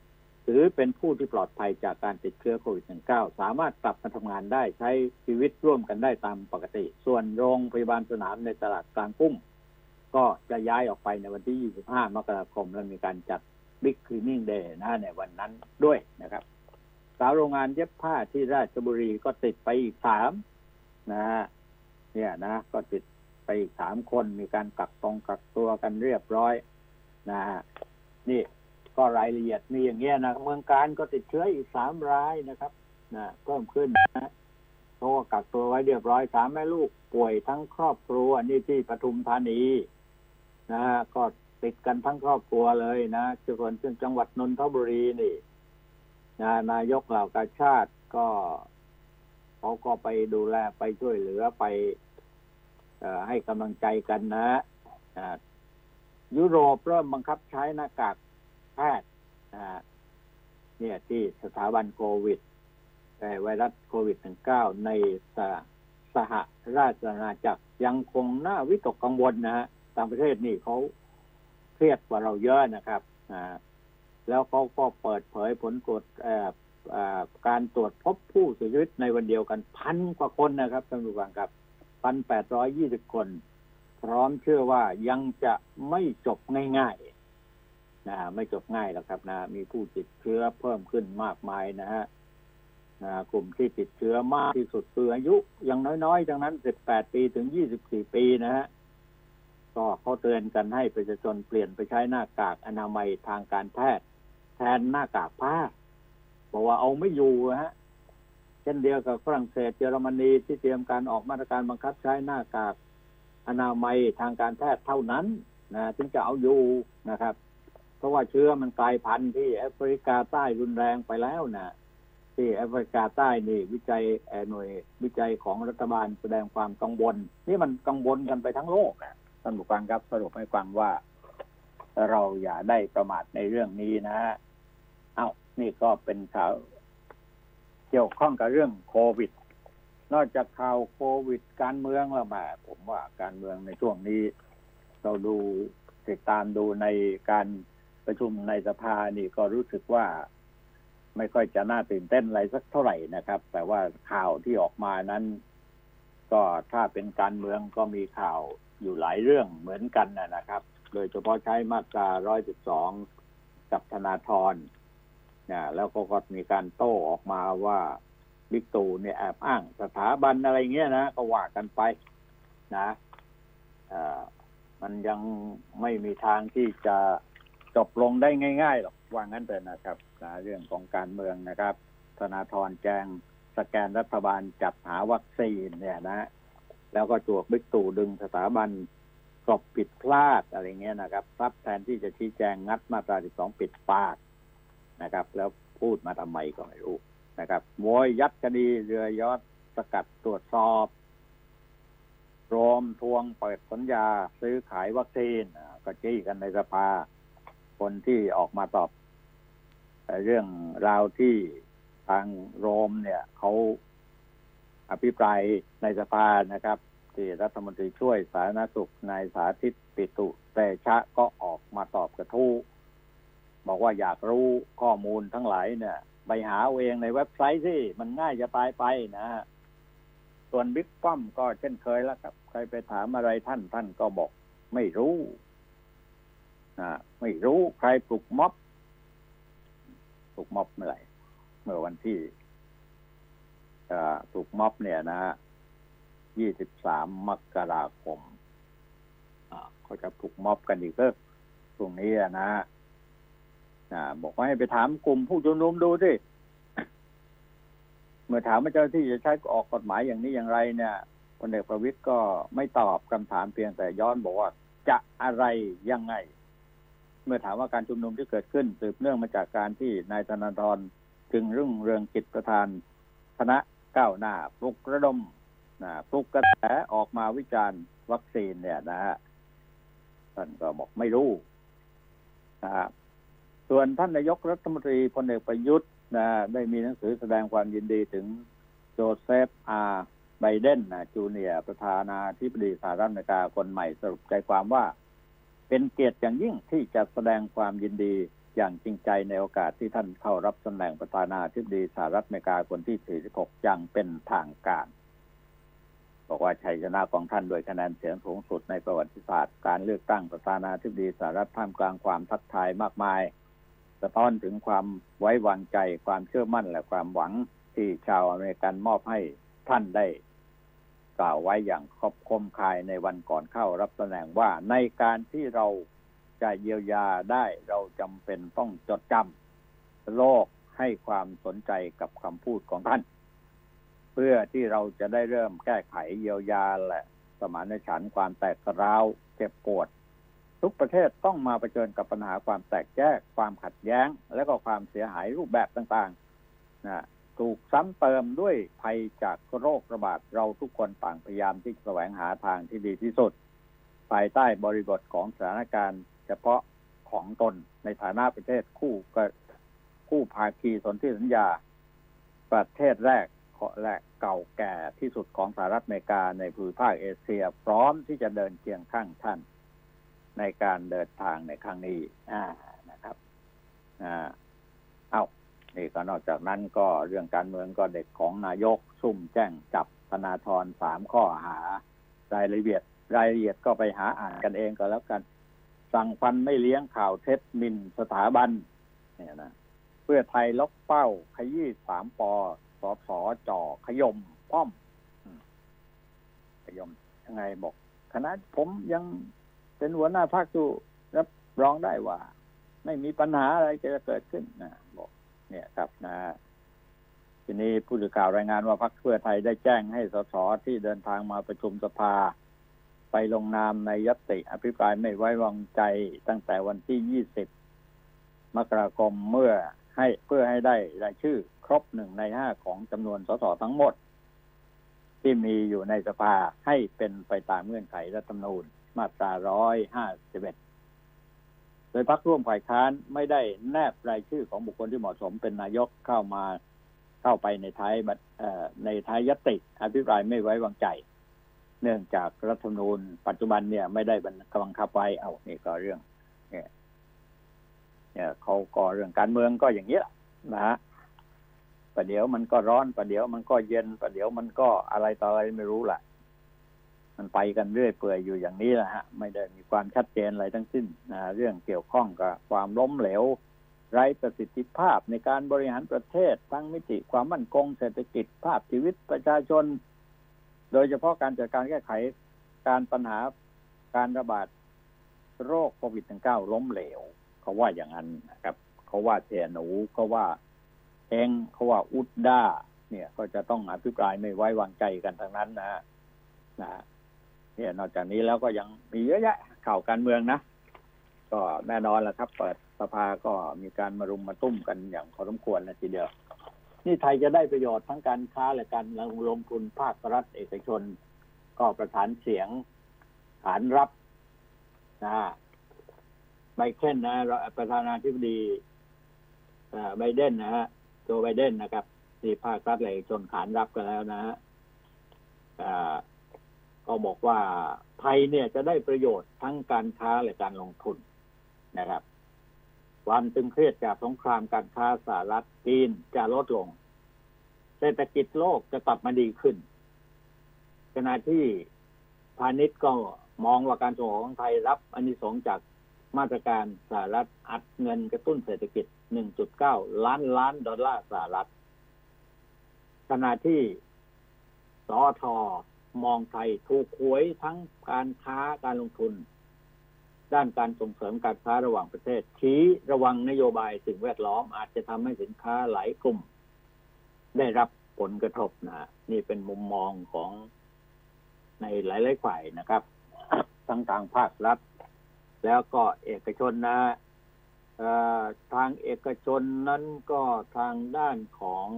หรือเป็นผู้ที่ปลอดภัยจากการติดเชื้อโควิด สิบเก้า สามารถกลับมาทำงานได้ใช้ชีวิตร่วมกันได้ตามปกติส่วนโรงพยาบาลสนามในตลาดกลางกุ้งก็จะย้ายออกไปในวันที่ยี่สิบห้ามกราคมและมีการจัดบิ๊กคลีนนิ่งเดย์นะในวันนั้นด้วยนะครับสาวโรงงานเย็บผ้าที่ราชบุรีก็ติดไปอีกสามนะเนี่ยนะก็ติดไปอีกสามคนมีการกักตรงกักตัวกันเรียบร้อยนะนี่ก็รายละเอียดมีอย่างเงี้ยนะเมืองการก็ติดเชื้ออีกสามรายนะครับนะเพิ่มขึ้นนะเพราะว่ากักตัวไว้เรียบร้อยสามแม่ลูกป่วยทั้งครอบครัวนี่ที่ปทุมธานีนะก็ติดกันทั้งครอบครัวเลยนะส่วนจังหวัดนนทบุรีนี่นะนายกเหล่ากาชาติก็เขาก็ไปดูแลไปช่วยเหลือไปให้กำลังใจกันนะยุโรปเริ่มบังคับใช้หน้ากากแพทย์เนี่ยที่สถาบันโควิดแต่ไวรัสโควิด สิบเก้า ในสสหราชอาณาจักรยังคงน่าวิตกกังวลนะฮะต่างประเทศนี่เขาเครียดกว่าเราเยอะนะครับแล้วเขาก็เปิดเผยผลตรวจการตรวจพบผู้เสียชีวิตในวันเดียวกันพันกว่าคนนะครับท่านผู้ฟังครับพันแปดร้อยยี่สิบคนพร้อมเชื่อว่ายังจะไม่จบง่ายๆนะไม่จบง่ายหรอกครับนะมีผู้ติดเชื้อเพิ่มขึ้นมากมายนะฮะกลุ่มที่ติดเชื้อมากที่สุดคืออายุยังน้อยๆดังนั้นสิบแปดปีถึงยี่สิบสี่ปีนะฮะก็เขาเตือนกันให้ประชาชนเปลี่ยนไปใช้หน้ากากอนามัยทางการแพทย์แทนหน้ากากผ้าเพราะว่าเอาไม่อยู่ฮะเช่นเดียวกับฝรั่งเศสเยอรมนีที่เตรียมการออกมาตรการบังคับใช้หน้ากากอนามัยทางการแพทย์เท่านั้นนะถึงจะเอาอยู่นะครับเพราะว่าเชื้อมันกลายพันธุ์ที่แอฟริกาใต้รุนแรงไปแล้วนะที่แอฟริกาใต้นี่วิจัยหน่วยวิจัยของรัฐบาลแสดงความกังวลนี่มันกังวลกันไปทั้งโลกท่านผู้ฟังครับสรุปให้ฟังว่าเราอย่าได้ประมาทในเรื่องนี้นะเอ้านี่ก็เป็นข่าวเกี่ยวข้องกับเรื่องโควิดนอกจากข่าวโควิดการเมืองแล้วมาผมว่าการเมืองในช่วงนี้เราดูติดตามดูในการประชุมในสภานี่ก็รู้สึกว่าไม่ค่อยจะน่าตื่นเต้นอะไรสักเท่าไหร่นะครับแต่ว่าข่าวที่ออกมานั้นก็ถ้าเป็นการเมืองก็มีข่าวอยู่หลายเรื่องเหมือนกันนะครับโดยเฉพาะใช้มาตราหนึ่งร้อยสิบสองกับธนาธรนะแล้วก็ก็มีการโต้ออกมาว่าบิ๊กตู่เนี่ยแอบอ้างสถาบันอะไรเงี้ยนะก็ว่ากันไปนะอ่ามันยังไม่มีทางที่จะจบลงได้ง่ายๆหรอกว่างั้นเถอะนะครับนะเรื่องของการเมืองนะครับธนาธรแจ้งสแกนรัฐบาลจัดหาวัคซีนเนี่ยนะแล้วก็จวกบิ๊กตู่ดึงสถาบันกลบปิดพลาดอะไรเงี้ยนะครับรับแทนที่จะชี้แจงงัดมาตราสิบสองปิดปากนะครับแล้วพูดมาทำไมก็ไม่รู้นะครับโวยยัดคดีเรือยอชต์สกัดตรวจสอบรวมทวงเปิดสัญญาซื้อขายวัคซีนก็จี้กันในสภาคนที่ออกมาตอบเรื่องราวที่ทางโรมเนี่ยเขาอภิปรายในสภานะครับที่รัฐมนตรีช่วยสาธารณสุขนายสาธิตปิตุเตชะก็ออกมาตอบกระทู้บอกว่าอยากรู้ข้อมูลทั้งหลายเนี่ยไปหาเองในเว็บไซต์ที่มันง่ายจะตายไปนะฮะส่วนบิ๊กป้อมก็เช่นเคยแล้วครับใครไปถามอะไรท่านท่านก็บอกไม่รู้นะไม่รู้ใครปลุกม็อบปลุกม็อบเมื่อไหร่เมื่อวันที่ปลุกม็อบเนี่ยนะฮะยี่สิบสามมกราคมเขาจะปลุกม็อบกันอีกเพิ่มตรงนี้นะบอกว่าให้ไปถามกลุ่มผู้ชุมนุมดูสิเมื่อถามว่าเจ้าที่จะใช้ออกกฎหมายอย่างนี้อย่างไรเนี่ยพลเอกประวิตรก็ไม่ตอบคำถามเพียงแต่ย้อนบอกว่าจะอะไรยังไงเมื่อถามว่าการชุมนุมที่เกิดขึ้นสืบเนื่องมาจากการที่นายธนาธรจึงรุ่งเรืองกิจประธานคณะก้าวหน้าปลุกระดมนะปลุกกระแสออกมาวิจารณ์วัคซีนเนี่ยนะฮะท่านก็บอกไม่รู้นะครับส่วนท่านนายกรัฐมนตรีพลเอกประยุทธ์นะได้มีหนังสือแสดงความยินดีถึงโจเซฟอาร์ไบเดนนะจูเนียร์ประธานาธิบดีสหรัฐอเมริกาคนใหม่สรุปใจความว่าเป็นเกียรติอย่างยิ่งที่จะแสดงความยินดีอย่างจริงใจในโอกาสที่ท่านเข้ารับตำแหน่งประธานาธิบดีสหรัฐอเมริกาคนที่สี่สิบหกอย่างเป็นทางการบอกว่าชัยชนะของท่านโดยคะแนนเสียงสูงสุดในประวัติศาสตร์การเลือกตั้งประธานาธิบดีสหรัฐท่ามกลางความทักทายมากมายสะท้อนถึงความไว้วางใจความเชื่อมั่นและความหวังที่ชาวอเมริกันมอบให้ท่านได้กล่าวไว้อย่างครบคมคายในวันก่อนเข้ารับตำแหน่งว่าในการที่เราจะเยียวยาได้เราจำเป็นต้องจดจำโลกให้ความสนใจกับคำพูดของท่านเพื่อที่เราจะได้เริ่มแก้ไขเยียวยาและสมานฉันท์ความแตกร้าวเจ็บปวดทุกประเทศต้องมาเผชิญกับปัญหาความแตกแยกความขัดแย้งและก็ความเสียหายรูปแบบต่างๆนะถูกซ้ำเติมด้วยภัยจากโรคระบาดเราทุกคนต่างพยายามที่จะแสวงหาทางที่ดีที่สุดภายใต้บริบทของสถานการณ์เฉพาะของตนในฐานะประเทศคู่กับคู่ภาคีสนธิสัญญาประเทศแรกและเก่าแก่ที่สุดของสหรัฐอเมริกาในภูมิภาคเอเชียพร้อมที่จะเดินเคียงข้างท่านในการเดินทางในครั้งนี้อ่านะครับอ่าเอานี่ก็นอกจากนั้นก็เรื่องการเมืองก็เด็กของนายกซุ่มแจ้งจับธนาธรสามข้อหารายละเอียดรายละเอียดก็ไปหาอ่านกันเองก็แล้วกันสั่งฟันไม่เลี้ยงข่าวเท็จหมิ่นสถาบันเนี่ยนะเพื่อไทยล็อกเป้าขยี้สามปอสอสอจ่อขยมป้อมขยมยังไงบอกคณะผมยังเป็นหัวหน้าพรรคอยู่รับรองได้ว่าไม่มีปัญหาอะไรจะเกิดขึ้นนะบอกเนี่ยครับนะทีนี้ผู้สื่อข่าวรายงานว่าพรรคเพื่อไทยได้แจ้งให้สสที่เดินทางมาประชุมสภาไปลงนามในญัตติอภิปรายไม่ไว้วางใจตั้งแต่วันที่ยี่สิบมกราคมเมื่อให้เพื่อให้ได้รายชื่อครบหนึ่งในห้าของจำนวนสสทั้งหมดที่มีอยู่ในสภาให้เป็นไปตามเงื่อนไขรัฐธรรมนูญมาตราหนึ่งร้อยห้าสิบเอ็ดโดยพรรคร่วมฝ่ายค้านไม่ได้แนบรายชื่อของบุคคลที่เหมาะสมเป็นนายกเข้ามาเข้าไปในท้ายในท้ายญัตติอภิปรายไม่ไว้วางใจเนื่องจากรัฐธรรมนูญปัจจุบันเนี่ยไม่ได้บังคับไว้เอานี่ก็เรื่องเนี่ยเนี่ยเขาก็เรื่องการเมืองก็อย่างนี้แหละนะฮะประเดี๋ยวมันก็ร้อนประเดี๋ยวมันก็เย็นประเดี๋ยวมันก็อะไรต่ออะไรไม่รู้แหละมันไปกันเรื่อยเปื่อยอยู่อย่างนี้แหละฮะไม่ได้มีความชัดเจนอะไรทั้งสิ้นนะเรื่องเกี่ยวข้องกับความล้มเหลวไร้ประสิทธิภาพในการบริหารประเทศทั้งมิติความมั่นคงเศรษฐกิจภาพชีวิตประชาชนโดยเฉพาะการจัดการแก้ไขการปัญหาการระบาดโรคโควิด สิบเก้า ล้มเหลวเขาว่าอย่างนั้นนะครับเขาว่าเสียหนูเขาว่าเองเขาว่าอุดด้าเนี่ยก็จะต้องอภิปรายไม่ไว้วางใจกันทั้งนั้นนะนะเนี่ยนอกจากนี้แล้วก็ยังมีเยอะแยะข่าวการเมืองนะก็แน่นอนแหละครับเปิดสภาก็มีการมารุมมาตุ้มกันอย่างพอสมควรนะทีเดียวนี่ไทยจะได้ประโยชน์ทั้งการค้าและการลงทุนภาครัฐเอกชนก็ประสานเสียงขานรับนะไบเดนนะประธานาธิบดีไบเดนนะฮะโจไบเดนนะครับที่ภาครัฐและเอกชนขานรับกันแล้วนะฮะก็บอกว่าไทยเนี่ยจะได้ประโยชน์ทั้งการค้าและการลงทุนนะครับความตึงเครียดจากสงครามการค้าสหรัฐจีนจะลดลงเศรษฐกิจโลกจะกลับมาดีขึ้นขณะที่พาณิชย์ก็มองว่าการส่งออกของไทยรับอานิสงส์จากมาตรการสหรัฐอัดเงินกระตุ้นเศรษฐกิจ หนึ่งจุดเก้า ล้านล้านดอลลาร์สหรัฐขณะที่สอทมองไทยถูกหวยทั้งการค้าการลงทุนด้านการส่งเสริมการค้าระหว่างประเทศชี้ระวังนโยบายสิ่งแวดล้อมอาจจะทำให้สินค้าหลายกลุ่มได้รับผลกระทบนะนี่เป็นมุมมองของในหลายๆฝ่ายนะครับทั้งทางภาครัฐแล้วก็เอกชนนะทางเอกชนนั้นก็ทางด้านของ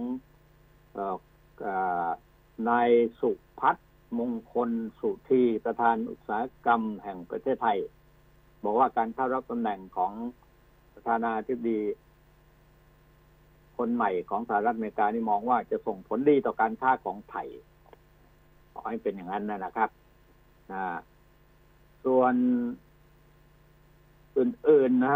นายสุพัฒน์มงคลสุธีประธานอุตสาหกรรมแห่งประเทศไทยบอกว่าการเข้ารับตำแหน่งของประธานาธิบดีคนใหม่ของสหรัฐอเมริกานี่มองว่าจะส่งผลดีต่อการค้าของไทยขอให้เป็นอย่างนั้นนะครับส่วนอื่นๆนะฮะ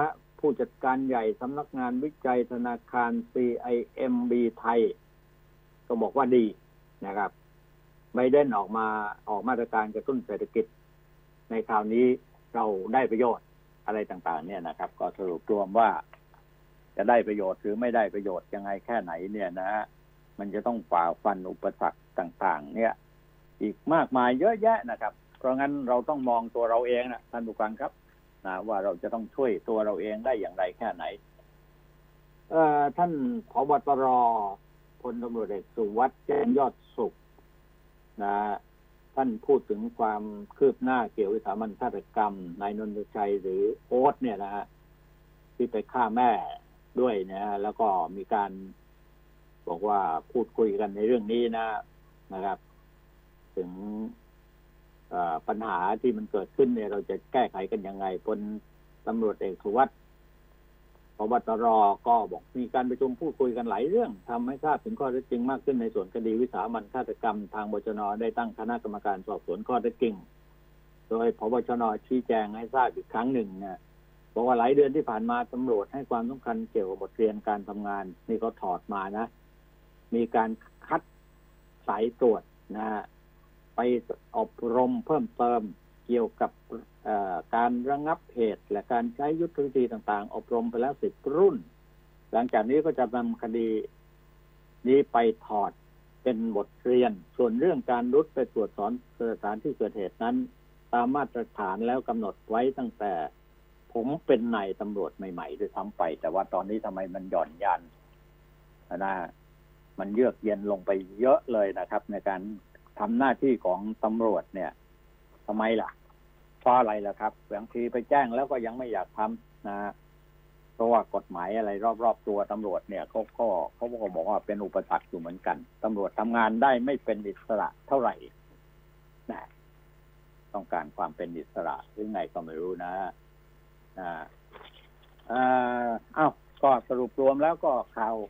ผู้จัดการใหญ่สำนักงานวิจัยธนาคาร ซี ไอ เอ็ม บี ไทยก็บอกว่าดีนะครับไบเดนออกมาออกมาตรการกระตุ้นเศรษฐกิจในคราวนี้เราได้ประโยชน์อะไรต่างๆเนี่ยนะครับก็สรุปรวมว่าจะได้ประโยชน์หรือไม่ได้ประโยชน์ยังไงแค่ไหนเนี่ยนะฮะมันจะต้องฝ่าฟันอุปสรรคต่างๆเนี่ยอีกมากมายเยอะแยะนะครับเพราะงั้นเราต้องมองตัวเราเองนะท่านผู้ฟังครับนะว่าเราจะต้องช่วยตัวเราเองได้อย่างไรแค่ไหนเอ่อท่านผบตรพลตำรวจเอกสุวัสดิ์แจ้งยอดสุขนะท่านพูดถึงความคืบหน้าเกี่ยวกับวิสามัญฆาตกรรมนายนนทชัยหรือโอ๊ตเนี่ยนะฮะที่ไปฆ่าแม่ด้วยนะแล้วก็มีการบอกว่าพูดคุยกันในเรื่องนี้นะนะครับถึงปัญหาที่มันเกิดขึ้นเนี่ยเราจะแก้ไขกันยังไงพลตำรวจเอกสุวัสดิ์ผบตรก็บอกมีการประชุมพูดคุยกันหลายเรื่องทำให้ทราบถึงข้อเท็จจริงมากขึ้นในส่วนคดีวิสามัญฆาตกรรมทางบชน.ได้ตั้งคณะกรรมการสอบสวนข้อเท็จจริงโดยผบชน.ชี้แจงให้ทราบอีกครั้งหนึ่งนะบอกว่าหลายเดือนที่ผ่านมาตำรวจให้ความสำคัญเกี่ยวกับบทเรียนการทำงานนี่เขาถอดมานะมีการคัดสายตรวจนะไปอบรมเพิ่มเติมเกี่ยวกับการระงับเหตุและการใช้ยุทธวิธีต่างๆอบรมไปแล้วสิบรุ่นหลังจากนี้ก็จะนำคดีนี้ไปถอดเป็นบทเรียนส่วนเรื่องการรุดไปตรวจสอบสถานที่เกิดเหตุนั้นตามมาตรฐานแล้วกำหนดไว้ตั้งแต่ผมเป็นนายตำรวจใหม่ๆด้วยซ้ำไปแต่ว่าตอนนี้ทำไมมันหย่อนยันนะมันเยือกเย็นลงไปเยอะเลยนะครับในการทำหน้าที่ของตำรวจเนี่ยทำไมล่ะเพราะอะไรล่ะครับบางทีไปแจ้งแล้วก็ยังไม่อยากทำนะเพราะว่ากฎหมายอะไรรอบๆตัวตำรวจเนี่ยเขาก็เขาก็บอกว่าเป็นอุปสรรคอยู่เหมือนกันตำรวจทำงานได้ไม่เป็นอิสระเท่าไหร่นะต้องการความเป็นอิสระหรือไงก็ไม่รู้นะอ่าอ่าเอ้าก็สรุปรวมแล้วก็ข่าว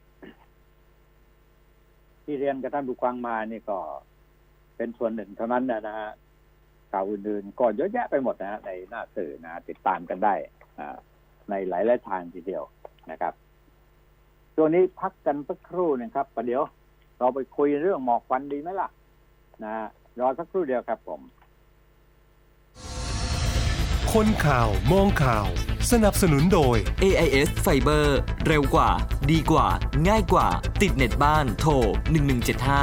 ที่เรียนกับท่านผู้ฟังมานี่ก็เป็นส่วนหนึ่งเท่านั้นนะฮะข่าวอื่นๆก็เยอะแยะไปหมดนะในหน้าสื่อนะติดตามกันได้ในหลายๆทางทีเดียวนะครับช่วงนี้พักกันสักครู่นึงครับประเดี๋ยวเราไปคุยเรื่องหมอกควันดีไหมล่ะนะรอสักครู่เดียวครับผมคนข่าวมองข่าวสนับสนุนโดยเอ ไอ เอส Fiber เร็วกว่าดีกว่าง่ายกว่าติดเน็ตบ้านโทรหนึ่งหนึ่งเจ็ดห้า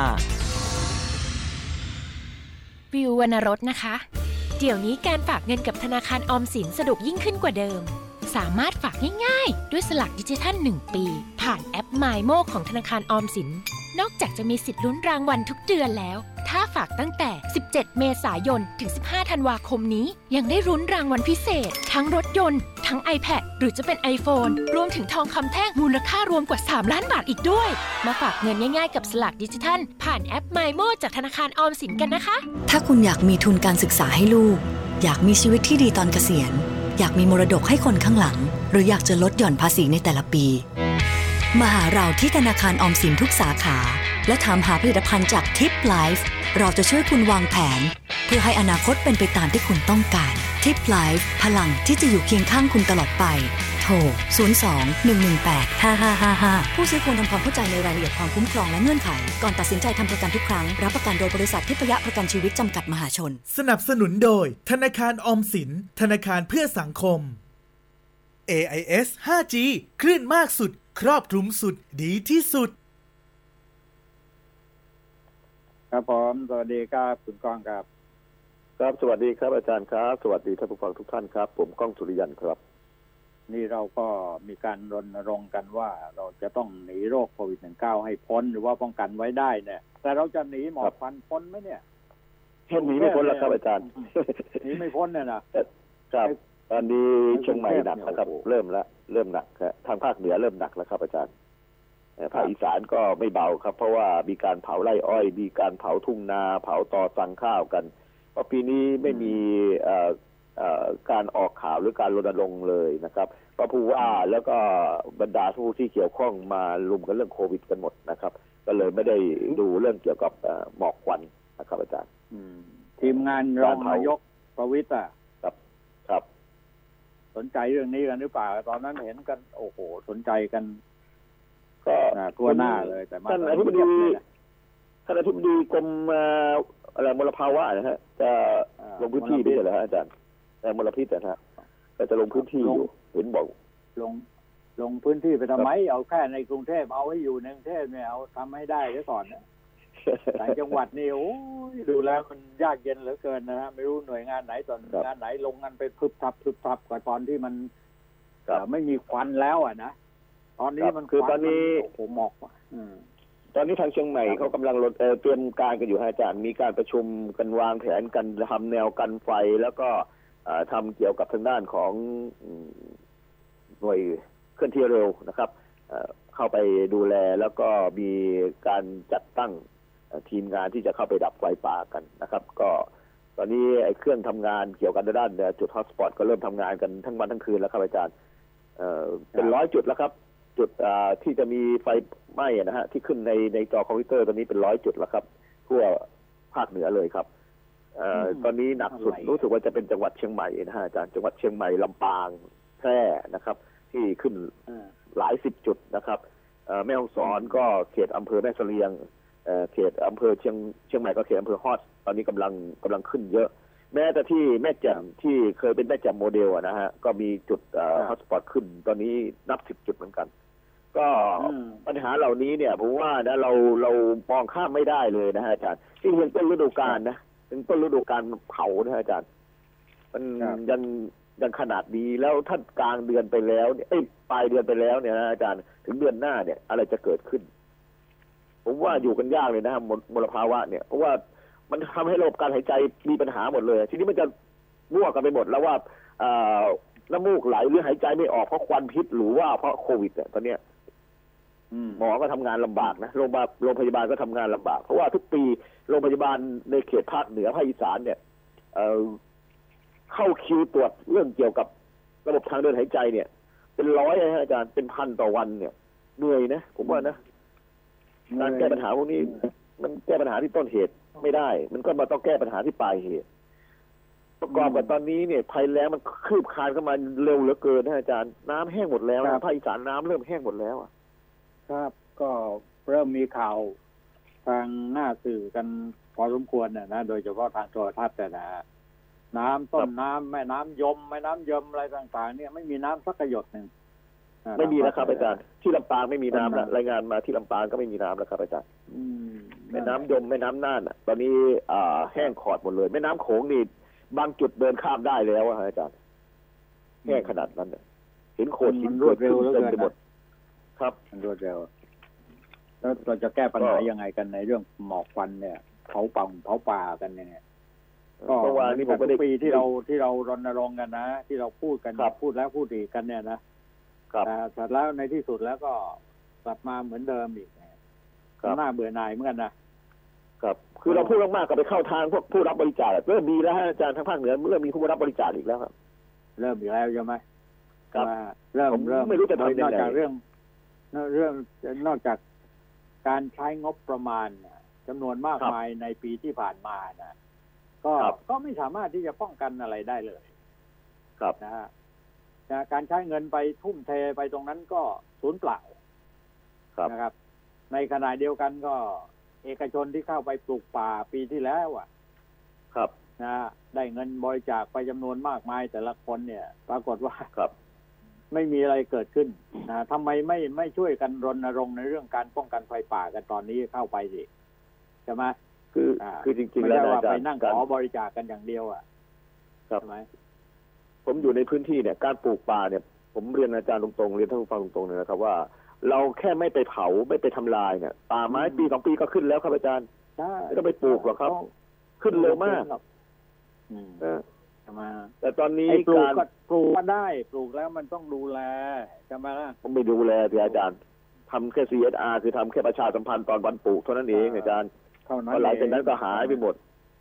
วิววรรณรสนะคะเดี๋ยวนี้การฝากเงินกับธนาคารออมสินสะดวกยิ่งขึ้นกว่าเดิมสามารถฝากง่ายๆด้วยสลักดิจิทัลหนึ่งปีผ่านแอป มายโม ของธนาคารออมสินนอกจากจะมีสิทธิ์ลุ้นรางวัลทุกเดือนแล้วถ้าฝากตั้งแต่สิบเจ็ดเมษายนถึงสิบห้าธันวาคมนี้ยังได้ลุ้นรางวัลพิเศษทั้งรถยนต์ทั้ง iPad หรือจะเป็น iPhone รวมถึงทองคำแท่งมูลค่ารวมกว่าสามล้านบาทอีกด้วยมาฝากเงินง่ายๆกับสลักดิจิทัลผ่านแอป มายโม จากธนาคารออมสินกันนะคะถ้าคุณอยากมีทุนการศึกษาให้ลูกอยากมีชีวิตที่ดีตอนเกษียณอยากมีมรดกให้คนข้างหลังหรืออยากจะลดหย่อนภาษีในแต่ละปีมาหาเราที่ธนาคารออมสินทุกสาขาและถามหาผลิตภัณฑ์จาก ทิป ไลฟ์ เราจะช่วยคุณวางแผนเพื่อให้อนาคตเป็นไปตามที่คุณต้องการ ทิป ไลฟ์ พลังที่จะอยู่เคียงข้างคุณตลอดไปโทร ศูนย์ สอง หนึ่ง หนึ่ง แปด ห้า ห้า ห้า ห้า ผู้ซื้อควรทำความเข้าใจในรายละเอียดความคุ้มครองและเงื่อนไขก่อนตัดสินใจทำประกันทุกครั้งรับประกันโดยบริษัททิพยประกันชีวิตจำกัดมหาชนสนับสนุนโดยธนาคารออมสินธนาคารเพื่อสังคม เอ ไอ เอส ห้าจี คลื่นมากสุดครอบคลุมสุดดีที่สุดครับผมสวัสดีครับคุณก้องครับครับสวัสดีครับอาจารย์ครับสวัสดีท่านผู้ฟังทุกท่านครับผมก้องสุริยันครับนี่เราก็มีการรณรงค์กันว่าเราจะต้องหนีโรคโควิด สิบเก้า ให้พ้นหรือว่าป้องกันไว้ได้เนี่ยแต่เราจะหนีหมอกควันพ้นไหมเนี่ยหนีไม่พ้นแล้วครับอาจารย์หนีไม่พ้นเนี่ยนะครับตอนนี้เชียงใหม่หนักนะครับเริ่มแล้วเริ่มหนักครับทางภาคเหนือเริ่มหนักแล้วครับอาจารย์ภาคอีสานก็ไม่เบาครับเพราะว่ามีการเผาไร่อ้อยมีการเผาทุ่งนาเผาตอสั่งข้าวกันเพราะปีนี้ไม่มีการออกข่าวหรือการรณรงค์เลยนะครับเพราะผู้ว่าแล้วก็บรรดาผู้ที่เกี่ยวข้องมารุมกันเรื่องโควิดกันหมดนะครับก็เลยไม่ได้ดูเรื่องเกี่ยวกับหมอกควันนะครับอาจารย์ทีมงานรองนายกประวิตรอ่ะครับครับก็นใจเรื่องนี้กันหรือเปล่าตอนนั้นเห็นกันโอ้โหสนใจกันก็ทั่วหน้าเลยแต่ท่านอธิบดีท่านอธิบดีกรมอะไรมลภาวะนะฮะจะลงพื้นที่ด้วยเหรอฮะอาจารย์แต่มลพิษนะฮะก็จะลงพื้นที่อยู่เห็นบอกลงลงพื้นที่ไปทำไมเอาแค่ในกรุงเทพเอาให้อยู่ในกรุงเทพเนี่ยเอาทำให้ได้ไว้ก่อนนะต่างจังหวัดนี่โอ้ยดูแล้วมันยากเย็นเหลือเกินนะฮะไม่รู้หน่วยงานไหนตอนงานไหนลงกันไปพึบทับพึบทับกว่าตอนที่มันไม่มีควันแล้วอ่ะนะตอนนี้มันคือตอนนี้ผมหมอกตอนนี้ทางเชียงใหม่เขากำลังเตรียมการกันอยู่อาจารย์มีการประชุมกันวางแผนกันทำแนวกันไฟแล้วก็ทำเกี่ยวกับทางด้านของหน่วยเคลื่อนที่เร็วนะครับเข้าไปดูแลแล้วก็มีการจัดตั้งทีมงานที่จะเข้าไปดับไฟป่ากันนะครับก็ตอนนี้ไอ้เครื่องทำงานเกี่ยวกับด้านจุดฮอตสปอตก็เริ่มทำงานกันทั้งวันทั้งคืนแล้วครับอาจารย์เป็นร้อยจุดแล้วครับจุดที่จะมีไฟไหม้นะฮะที่ขึ้นในในจอคอมพิวเตอร์ตอนนี้เป็นร้อยจุดแล้วครับทั่วภาคเหนือเลยครับตอนนี้หนักสุดรู้สึกว่าจะเป็นจังหวัดเชียงใหม่นะฮะอาจารย์จังหวัดเชียงใหม่ลำปางแพร่นะครับที่ขึ้นหลายสิบจุดนะครับแม่ฮ่องสอนก็เขตอำเภอแม่เสลียงเขตอำเภอเชียงเชียงใหม่ก็เขตอำเภอฮอดตอนนี้กำลังกำลังขึ้นเยอะแม้แต่ที่แม่แจ่มที่เคยเป็นแม่แจ่มโมเดลนะฮะก็มีจุดฮอตสปอตขึ้นตอนนี้นับสิบจุดเหมือนกันก็ปัญหาเหล่านี้เนี่ยผมว่านะเราเรามองข้ามไม่ได้เลยนะฮะอาจารย์ที่ยังต้นฤดูกาลนะเป็นต้นฤดูกาลเผานะฮะอาจารย์มันยังยังขนาดนี้แล้วท่านกลางเดือนไปแล้วเนี่ยปลายเดือนไปแล้วเนี่ยนะอาจารย์ถึงเดือนหน้าเนี่ยอะไรจะเกิดขึ้นผมว่าอยู่กันยากเลยนะมลภาวะเนี่ยเพราะว่ามันทำให้ระบบการหายใจมีปัญหาหมดเลยทีนี้มันจะมั่วกันไปหมดแล้วว่าน้ำมูกไหลหรือหายใจไม่ออกเพราะควันพิษหรือว่าเพราะโควิดเนี่ยตอนเนี้ยหมอก็ทำงานลำบากนะโรงพยาบาลโรงพยาบาลก็ทำงานลำบากเพราะว่าทุกปีโรงพยาบาลในเขตภาคเหนือภาคอีสานเนี่ยเอ่อเข้าคิวตรวจเรื่องเกี่ยวกับระบบทางเดินหายใจเนี่ยเป็นร้อยนะอาจารย์เป็นพันต่อวันเนี่ยเหนื่อยนะผมว่านะการแก้ปัญหาพวกนี้มันแก้ปัญหาที่ต้นเหตุไม่ได้มันก็มาต้องแก้ปัญหาที่ปลายเหตุประกอบกับตอนนี้เนี่ยภัยแล้งมันคืบคลานเข้ามาเร็วเหลือเกินนะอาจารย์น้ำแห้งหมดแล้วภาคอีสานน้ำเริ่มแห้งหมดแล้วครับก็เริ่มมีข่าวทางหน้าสื่อกันพอสมควรนะนะโดยเฉพาะทางโทรทัศน์แต่นะน้ำต้นน้ำแม่น้ำยมแม่น้ำยมอะไรต่างๆเนี่ยไม่มีน้ำสักหยดหนึ่งไม่มีแล้วครับอาจารย์ที่ลำปางไม่มีน้ำแล้วรายงานมาที่ลำปางก็ไม่มีน้ำแล้วครับอาจารย์แม่น้ำยมแม่น้ำน่านตอนนี้แห้งขอดหมดเลยแม่น้ำโขงนี่บางจุดเดินข้ามได้แล้วอาจารย์แห้งขนาดนั้นเห็นโขดหินรวดเร็วเต็มไปหมดครับรวดเร็วแล้วเราจะแก้ปัญหายังไงกันในเรื่องหมอกควันเนี่ยเผาป่าเผาป่ากันเนี่ยก็เมื่อวานนี้ผมก็ได้ปีที่เราที่เรารณรงค์กันนะที่เราพูดกันพูดแล้วพูดอีกกันเนี่ยนะแต่เสร็จแล้วในที่สุดแล้วก็กลับมาเหมือนเดิมอีกน่าเบื่อหน่ายเหมือนกันนะครับคือเราพูดมากๆก็ไปเข้าทางพวกผู้รับบริจาคเริ่มมีแล้วอาจารย์ทางภาคเหนือเริ่มมีผู้รับบริจาคอีกแล้วครับเริ่มอีกแล้วใช่ไหมครับเริ่มเริ่มไม่รู้จะทำยังไงนอกจากเรื่องเรื่องนอกจากการใช้งบประมาณจำนวนมากมายในปีที่ผ่านมานะก็ก็ไม่สามารถที่จะป้องกันอะไรได้เลยครับนะฮะการใช้เงินไปทุ่มเทไปตรงนั้นก็สูญเปล่านะครับในขณะเดียวกันก็เอกชนที่เข้าไปปลูกป่าปีที่แล้วอ่ะครับนะได้เงินบริจาคไปจำนวนมากมายแต่ละคนเนี่ยปรากฏว่าครับไม่มีอะไรเกิดขึ้นนะทำไมไม่ไม่ช่วยกันรณรงค์ในเรื่องการป้องกันไฟป่ากันตอนนี้เข้าไปสิใช่ไหมคือคือจริงๆแล้วอาจารย์ไปนั่งขอบริจาคกันอย่างเดียวอ่ะใช่ไหมผมอยู่ในพื้นที่เนี่ยการปลูกป่าเนี่ยผมเรียนอาจารย์ตรงๆเรียนท่านผู้ฟังตรงๆเลยนะครับว่าเราแค่ไม่ไปเผาไม่ไปทำลายเนี่ยป่าไม้ปีสองปีก็ขึ้นแล้วครับอาจารย์ไม่ต้องไปปลูกหรอกครับขึ้นเร็วมากแต่ตอนนี้การปลูกก็ได้ปลูกแล้วมันต้องดูแลใช่ไหมล่ะผมไม่ดูแลที่อาจารย์ทำแค่ ซี เอส อาร์ คือทำแค่ประชาสัมพันธ์ตอนวันปลูกเท่านั้นเองอาจารย์พอหลังจากนั้นก็หายไปหมด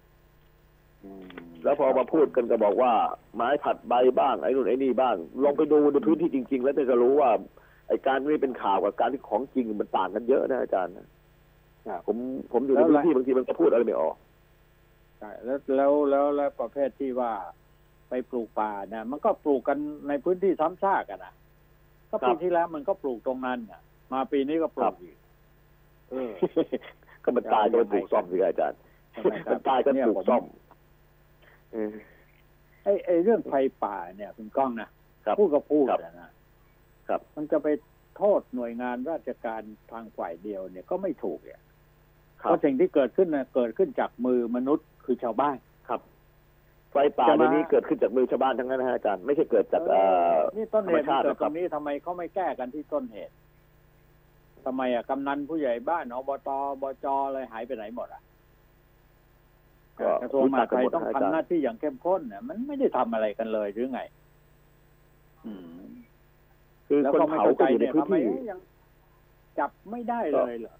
แล้วพอมาพูดกันก็บอกว่าไม้ผัดใบบ้างไอ้นู่นไอ้นี่บ้างลองไปดูในพื้นที่จริงๆแล้วจะรู้ว่าไอ้การนี้เป็นข่าวกับการที่ของจริงมันต่างกันเยอะนะอาจารย์ผมผมอยู่ในพื้นที่บางทีมันก็พูดอะไรไม่ออกใช่แล้วแล้วแล้วแล้วประเภทที่ว่าไปปลูกป่านะมันก็ปลูกกันในพื้นที่ซ้ำซากกันนะก็ปีที่แล้วมันก็ปลูกตรงนั้นน่ะมาปีนี้ก็ปลูกอีกเออก็มันตายก็ปลูกซ่อมสิอาจารย์มันตายก็ปลูกซ่อมไอ้ไอ้เรื่องไฟป่าเนี่ยคุณก้องนะพูดก็พูดนะครับมันจะไปโทษหน่วยงานราชการทางฝ่ายเดียวเนี่ยก็ไม่ถูกเนี่ยเพราะสิ่งที่เกิดขึ้นนะเกิดขึ้นจากมือมนุษย์คือชาวบ้านครับไฟป่าในนี้เกิดขึ้นจากมือชาวบ้านทั้งนั้นนะอาจารย์ไม่ใช่เกิดจากนี่ต้นเหตุเกิดตรงนี้ทำไมเขาไม่แก้กันที่ต้นเหตุทำไมอ่ะกำนันผู้ใหญ่บ้านอบตบจอะไรหายไปไหนหมดอ่ะกระทรวงมหาดไทยต้องทำหน้าที่อย่างเข้มข้นเนี่ยมันไม่ได้ทำอะไรกันเลยหรือไงคือคนเผาก็อยู่ในพื้นที่ยังจับไม่ได้เลยเหรอ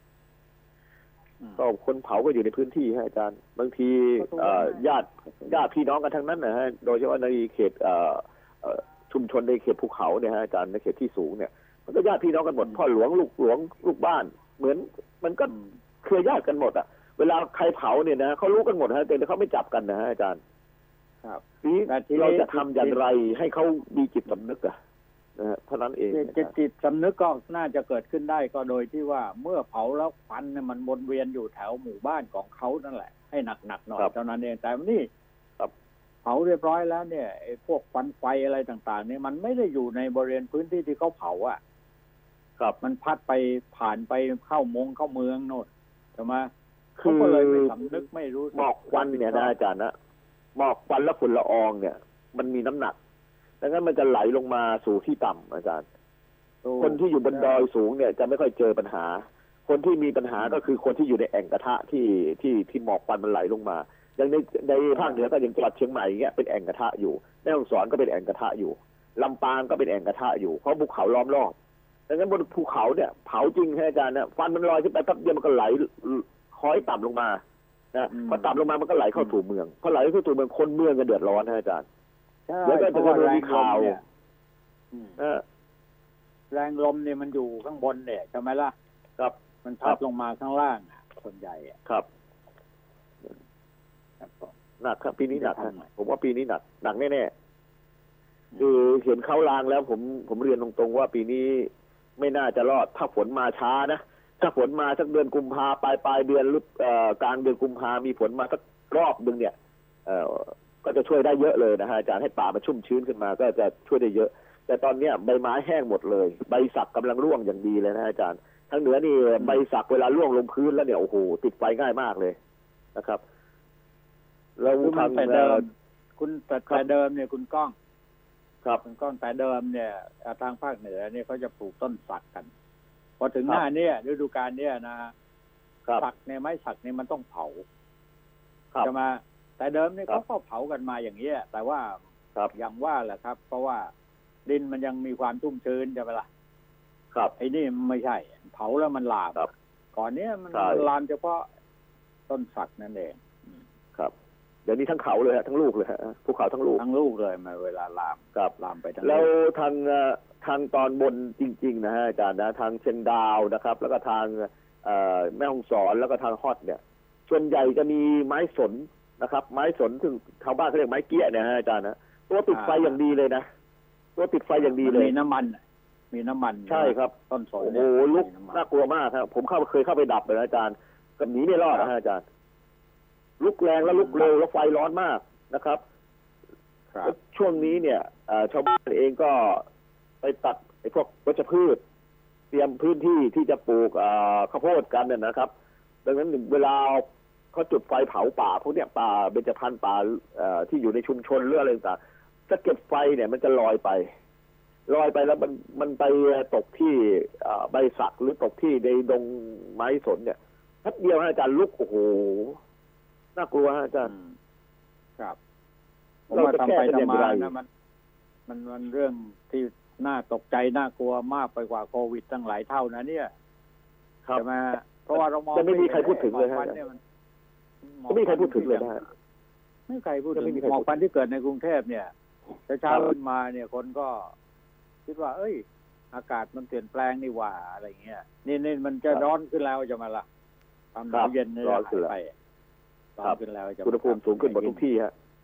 ก็คนเผาก็อยู่ในพื้นที่ฮะอาจารย์บางทีญาติญาติพี่น้องกันทั้งนั้นนะฮะโดยเฉพาะในเขตชุมชนในเขตภูเขาเนี่ยฮะอาจารย์ในเขตที่สูงเนี่ยมันก็ญาติพี่น้องกันหมดพ่อหลวงลูกหลวงลูกบ้านเหมือนมันก็เครือญาติกันหมดอ่ะเวลาใครเผาเนี่ยนะเขารู้กันหมดฮะแต่เขาไม่จับกันนะฮะอาจารย์ครับนี่เราจะทำอย่างไรให้เขามีจิตสำนึกอะนะฮะเท่านั้นเองจิตจิตสำนึกก็น่าจะเกิดขึ้นได้ก็โดยที่ว่าเมื่อเผาแล้วควันเนี่ยมันวนเวียนอยู่แถวหมู่บ้านของเขานั่นแหละให้หนักๆหน่อยเท่านั้นเองแต่นี่เผาเรียบร้อยแล้วเนี่ยไอ้พวกควันไฟอะไรต่างๆเนี่ยมันไม่ได้อยู่ในบริเวณพื้นที่ที่เขาเผาอ่ะครับมันพัดไปผ่านไปเข้ามงเข้าเมืองโน่นใช่ไหมเขาก็เลยไม่สำนึกไม่รู้หมอกควันเนี่ยนะอาจารย์นะหมอกควันและฝุ่นละอองเนี่ยมันมีน้ำหนักดังนั้นมันจะไหลลงมาสู่ที่ต่ำอาจารย์คนที่อยู่บนดอยสูงเนี่ยจะไม่ค่อยเจอปัญหาคนที่มีปัญหาก็คือคนที่อยู่ในแอ่งกระทะที่ที่ที่หมอกควันมันไหลลงมาอย่างในในภาคเหนือก็อย่างจังหวัดเชียงใหม่เงี้ยเป็นแอ่งกระทะอยู่แม่ฮ่องสอนก็เป็นแอ่งกระทะอยู่ลำปางก็เป็นแอ่งกระทะอยู่เพราะภูเขาล้อมรอบดังนั้นบนภูเขาเนี่ยเผาจริงฮะอาจารย์เนี่ยควันมันลอยขึ้นไปแป๊บเดียวมันก็ไหลคอยต่ำลงมานะพอต่ำลงมามันก็ไหลเข้าสู่เมืองพอไหลเข้าสู่เมืองคนเมืองก็เดือดร้อนนะอาจารย์แล้วก็จะมีข่าวแรงลมเนี่ยมันอยู่ข้างบนเนี่ยใช่ไหมล่ะครับมันพัดลงมาข้างล่างอ่ะส่วนใหญ่ครับหนักครับปีนี้หนักผมว่าปีนี้หนักหนักแน่ๆคือเห็นเข้าลางแล้วผมผมเรียนตรงๆว่าปีนี้ไม่น่าจะรอดถ้าฝนมาช้านะถ้าฝนมาสักเดือนกุมภาปลายปลายเดือนหรือกลางเดือนกุมภามีฝนมาสักรอบนึงเนี่ยก็จะช่วยได้เยอะเลยนะฮะอาจารย์ให้ป่ามันชุ่มชื้นขึ้นมาก็จะช่วยได้เยอะแต่ตอนนี้ใบไม้แห้งหมดเลยใบสักกำลังร่วงอย่างดีเลยนะอาจารย์ทั้งเหนือนี่ใบสักเวลาร่วงลงพื้นแล้วเนี่ยโอ้โหติดไฟง่ายมากเลยนะครับเราทำแต่เดิมคุณแต่เดิมเนี่ยคุณก้องครับคุณก้องแต่เดิมเนี่ยทางภาคเหนือเนี่ยเขาจะปลูกต้นสักกันพอถึงหน้าเนี่ยฤดูกาลเนี่ยนะสักเนี่ยไม้สักเนี่ยมันต้องเผาจะมาแต่เดิมเนี่ยเขาก็เผากันมาอย่างนี้แต่ว่าอย่างว่าแหละครับเพราะว่าดินมันยังมีความชุ่มชื้นใช่ไหมล่ะครับไอ้นี่ไม่ใช่เผาแล้วมันลามก่อนเนี้ยมันลามเฉพาะต้นสักนั่นเองครับเดี๋ยวนี้ทั้งเขาเลยฮะทั้งลูกเลยฮะภูเขาทั้งลูกทั้งลูกเลยมาเวลาลามครับลามไปทั้งแล้วทางทางตอนบนจริงๆนะฮะอาจารย์นะทางเชียงดาวนะครับแล้วก็ทางแม่ฮ่องสอนแล้วก็ทางฮอดเนี่ยส่วนใหญ่จะมีไม้สนนะครับไม้สนซึ่งชาวบ้านเขาเรียกไม้เกี้ยเนี่ยฮะอาจารย์นะตัวติดไฟอย่างดีเลยนะตัวติดไฟอย่างดีเลยมีน้ำมันมีน้ำมันใช่ครับต้นสนโอ้โหลุกน่ากลัวมากครับผมเข้าเคยเข้าไปดับเลยอาจารย์กับหนีไม่รอดนะฮะอาจารย์ลุกแรงแล้วลุกเร็วแล้วไฟร้อนมากนะครับช่วงนี้เนี่ยชาวบ้านเองก็ไปตัดไอ้พวกวัชพืชเตรียมพื้นที่ที่จะปลูกข้าวโพดกันเนี่ยนะครับดังนั้นเวลาเขาจุดไฟเผาป่าพวกเนี้ยป่าเบญจพรรณป่าที่อยู่ในชุมชนหรืออะไรต่างๆสะเก็ดไฟเนี่ยมันจะลอยไปลอยไปแล้วมันมันไปตกที่ใบสักหรือตกที่ในดงไม้สนเนี่ยแป๊บเดียวอาจารย์ลุกโอ้โหน่ากลัวอาจารย์ครับผมว่าทำไปทำมานะมันมันมันเรื่องที่น่าตกใจน่ากลัวมากไปกว่าโควิดตั้งหลายเท่านะเนี่ยใช่ไหมเพราะว่าเรามองจะไม่มีใครพูดถึงเลยฮะไม่มีใครพูดถึงเลยนะไม่ใครพูดถึงหมอกควันที่เกิดในกรุงเทพเนี่ยเช้าขึ้นมาเนี่ยคนก็คิดว่าเอ้ยอากาศมันเปลี่ยนแปลงนี่หว่าอะไรเงี้ยนี่นี่มันจะร้อนขึ้นแล้วจะมาละความหนาวเย็นเนี่ยหายไปร้อนขึ้นแล้วจะอุณหภูมิสูงขึ้นหมดทุกที่ฮะ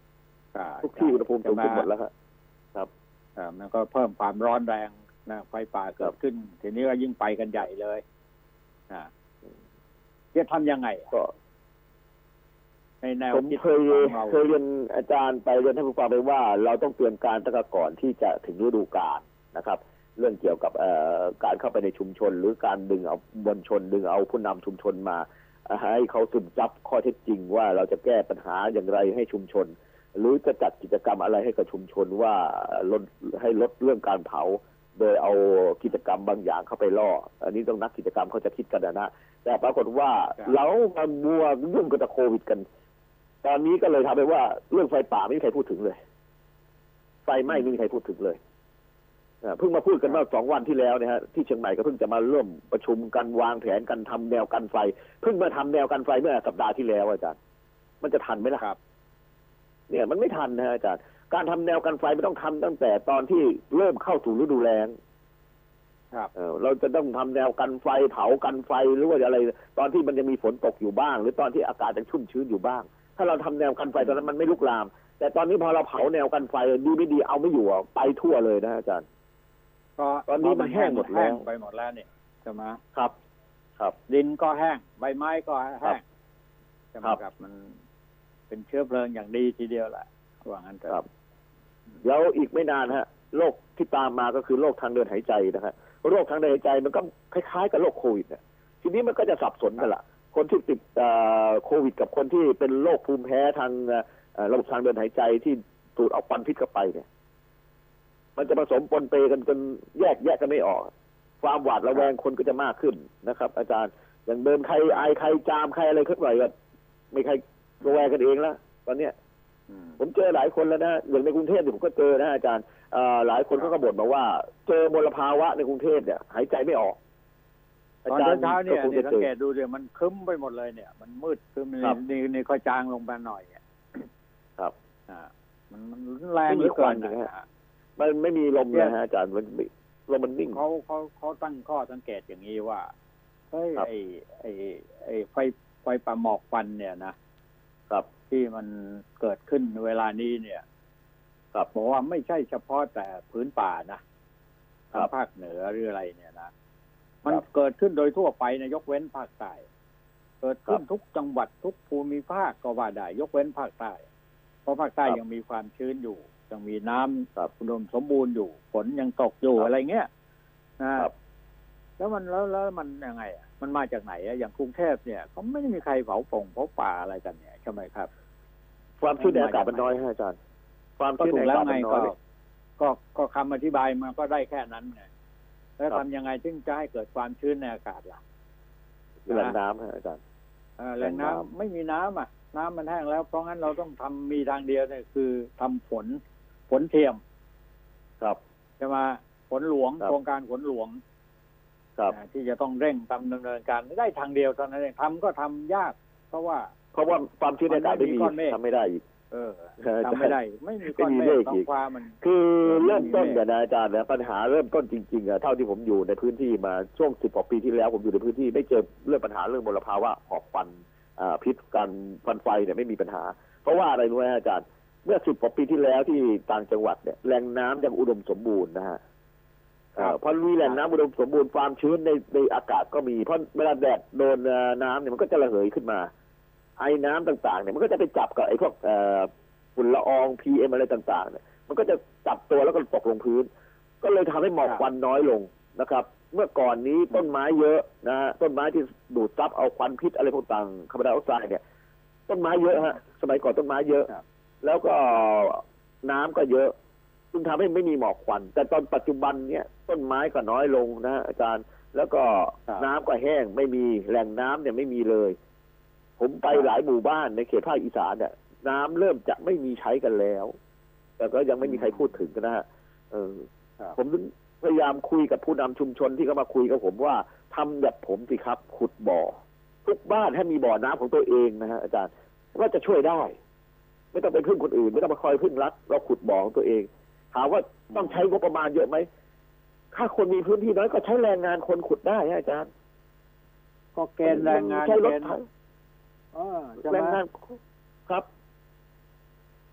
ทุกที่อุณหภูมิสูงขึ้นหมดแล้วครับครับมันก็เพิ่มความร้อนแรงนะไฟป่าเกิดขึ้นทีนี้ก็ยิ่งไปกันใหญ่เลยนะจะทำยังไงก็ในแนวผมเคยเคยเรียนอาจารย์ไปเรียนท่านผู้ฟังไปว่าเราต้องเตรียมการตั้งแต่ก่อนที่จะถึงฤดูกาลนะครับเรื่องเกี่ยวกับการเข้าไปในชุมชนหรือการดึงเอามวลชนดึงเอาผู้นำชุมชนมาให้เขาซึมซับข้อเท็จจริงว่าเราจะแก้ปัญหาอย่างไรให้ชุมชนหรือจะจัดกิจกรรมอะไรให้กับชุมชนว่าลดให้ลดเรื่องการเผาโดยเอากิจกรรมบางอย่างเข้าไปล่ออันนี้ต้องนักกิจกรรมเขาจะคิดกันนะแต่ปรากฏว่าเรามามัวยุ่งกับโควิดกันตอนนี้ก็เลยทำให้ว่าเรื่องไฟป่าไม่มีใครพูดถึงเลยไฟไหม้ไม่มีใครพูดถึงเลยเพิ่งมาพูดกันเมื่อสองวันที่แล้วนะฮะที่เชียงใหม่ก็เพิ่งจะมาเริ่มประชุมกันวางแผนกันทำแนวกันไฟเพิ่งมาทำแนวกันไฟเมื่อสัปดาห์ที่แล้วอาจารย์มันจะทันไหมล่ะครับเนี่ยมันไม่ทันนะอาจารย์การทำแนวกันไฟไม่ต้องทำตั้งแต่ตอนที่เริ่มเข้าสู่ฤดูแล้งครับเออเราจะต้องทำแนวกันไฟเผากันไฟหรือว่าอะไรตอนที่มันจะมีฝนตกอยู่บ้างหรือตอนที่อากาศยังชุ่มชื้นอยู่บ้างถ้าเราทำแนวกันไฟตอนนั้นมันไม่ลุกลามแต่ตอนนี้พอเราเผาแนวกันไฟดีไม่ดีเอาไม่อยู่ไปทั่วเลยนะอาจารย์ตอนนี้มันแห้งหมดแล้วไปหมดแล้วนี่ใช่ไหมครับครับดินก็แห้งใบไม้ก็แห้งใช่ไหมครับมันเป็นเชื้อเพลิงอย่างดีทีเดียวแหละว่างั้นครับแล้วอีกไม่นานฮะโรคที่ตามมาก็คือโรคทางเดินหายใจนะฮะโรคทางเดินหายใจมันก็คล้ายๆกับโรคโควิดเนี่ยทีนี้มันก็จะสับสนกันละคนที่ติดโควิดกับคนที่เป็นโรคภูมิแพ้ทางระบบทางเดินหายใจที่สูดเอาควันพิษเข้าไปเนี่ยมันจะผสมปนเปกันจนแยกแยกกันไม่ออกความหวาดระแวงคนก็จะมากขึ้นนะครับอาจารย์อย่างเดินใครไอใครจามใครอะไรขึ้นไหวก็ไม่ใครระแวงกันเองแล้วตอนเนี้ยผมเจอหลายคนแล้วนะอย่างในกรุงเทพผมก็เจอนะอาจารย์หลายคนก็บ่นมาว่าเจอมลภาวะในกรุงเทพเนี่ยหายใจไม่ออกตอนเช้าเนี่ยสังเกตดูเนี่ยมันครึ้มไปหมดเลยเนี่ยมันมืดครึ้มนี่นี่ค่อยจางลงมาหน่อยครับอ่ามันมันแรงเหลือเกินนะมันไม่มีลมเลยฮะอาจารย์มันลมมันนิ่งเขาเขาเขาตั้งข้อสังเกตอย่างนี้ว่าเฮ้ยไอไอไอไฟไฟป่าหมอกควันเนี่ยนะครับที่มันเกิดขึ้นเวลานี้เนี่ยครับบอกว่าไม่ใช่เฉพาะแต่พื้นป่านะทางภาคเหนือหรืออะไรเนี่ยนะมันเกิดขึ้นโดยทั่วไปนะยกเว้นภาคใต้เกิดขึ้นทุกจังหวัดทุกภูมิภาคก็ว่าได้ยกเว้นภาคใต้เพราะภาคใต้ยังมีความชื้นอยู่ยังมีน้ำอุดมสมบูรณ์อยู่ฝนยังตกอยู่อะไรเงี้ยนะแล้วมันแล้วแล้วมันยังไงอ่ะมันมาจากไหนอ่ะอย่างกรุงเทพเนี่ยเขาไม่ได้มีใครเผาป่งเผาป่าอะไรกันเนี่ยใช่ไหมครับความชื้นในอากาศมันน้อยฮะอาจารย์ความชื้นในอากาศมันน้อยก็ก็คำอธิบายมันก็ได้แค่นั้นไงแล้วทำยังไงถึงจะให้เกิดความชื้นในอากาศล่ะแหล่งน้ำฮะอาจารย์แหล่งน้ำไม่มีน้ำอ่ะน้ำมันแห้งแล้วเพราะงั้นเราต้องทำมีทางเดียวเนี่ยคือทำฝนฝนเทียมครับจะมาฝนหลวงโครงการฝนหลวงครับที่จะต้องเร่งทำดำเนินการได้ทางเดียวตอนนั้นเองทำก็ทำยากเพราะว่าเพราะว่าความชื้นในอากาศไม่มีทำไม่ได้อีกเออทำไม่ได้ไม่มีก้อนเมฆท้องฟ้ามันคือเริ่มต้นกันนะอาจารย์นะปัญหาเริ่มต้นจริงๆอะเท่าที่ผมอยู่ในพื้นที่มาช่วงสิบกว่าปีที่แล้วผมอยู่ในพื้นที่ไม่เจอเรื่องปัญหาเรื่องมลภาวะหมอกควันพิษการฟันไฟเนี่ยไม่มีปัญหาเพราะว่าอะไรรู้ไหมอาจารย์เมื่อสิบกว่าปีที่แล้วที่ต่างจังหวัดเนี่ยแหล่งน้ำยังอุดมสมบูรณ์นะฮะพอมีแหล่งน้ำอุดมสมบูรณ์ความชื้นในในอากาศก็มีเพราะเวลาแดดโดนน้ำเนี่ยมันก็จะระเหยขึ้นมาไอ้น้ำต่างๆเนี่ยมันก็จะไปจับกับไอ้พวกฝุ่นละออง พี เอ็ม อะไรต่างๆเนี่ยมันก็จะจับตัวแล้วก็ตกลงพื้นก็เลยทำให้หมอกควันน้อยลงนะครับเมื่อก่อนนี้ต้นไม้เยอะนะฮะต้นไม้ที่ดูดซับเอาควันพิษอะไรพวกต่างคาร์บอนไดออกไซด์เนี่ยต้นไม้เยอะฮะสมัยก่อนต้นไม้เยอะแล้วก็น้ำก็เยอะซึ่งทำให้ไม่มีหมอกควันแต่ตอนปัจจุบันเนี่ยต้นไม้ก็น้อยลงนะอาจารย์แล้วก็น้ำก็แห้งไม่มีแหล่งน้ำเนี่ยไม่มีเลยผมไปหลายหมู่บ้านในเขตภาคอีสานเนี่ยน้ำเริ่มจะไม่มีใช้กันแล้วแต่ก็ยังไม่มีใครพูดถึงกันนะฮะเออผมพยายามคุยกับผู้นำชุมชนที่เขามาคุยกับผมว่าทำแบบผมสิครับขุดบ่อทุกบ้านให้มีบ่อน้ำของตัวเองนะฮะอาจารย์ก็จะช่วยได้ไม่ต้องไปพึ่งคนอื่นไม่ต้องมาคอยพึ่งรัฐเราขุดบ่อของตัวเองถามว่าต้องใช้งบประมาณเยอะไหมถ้าคนมีพื้นที่น้อยก็ใช้แรงงานคนขุดได้อาจารย์ก็เกณฑ์แรงงานใช้รถไถแรงงานครับ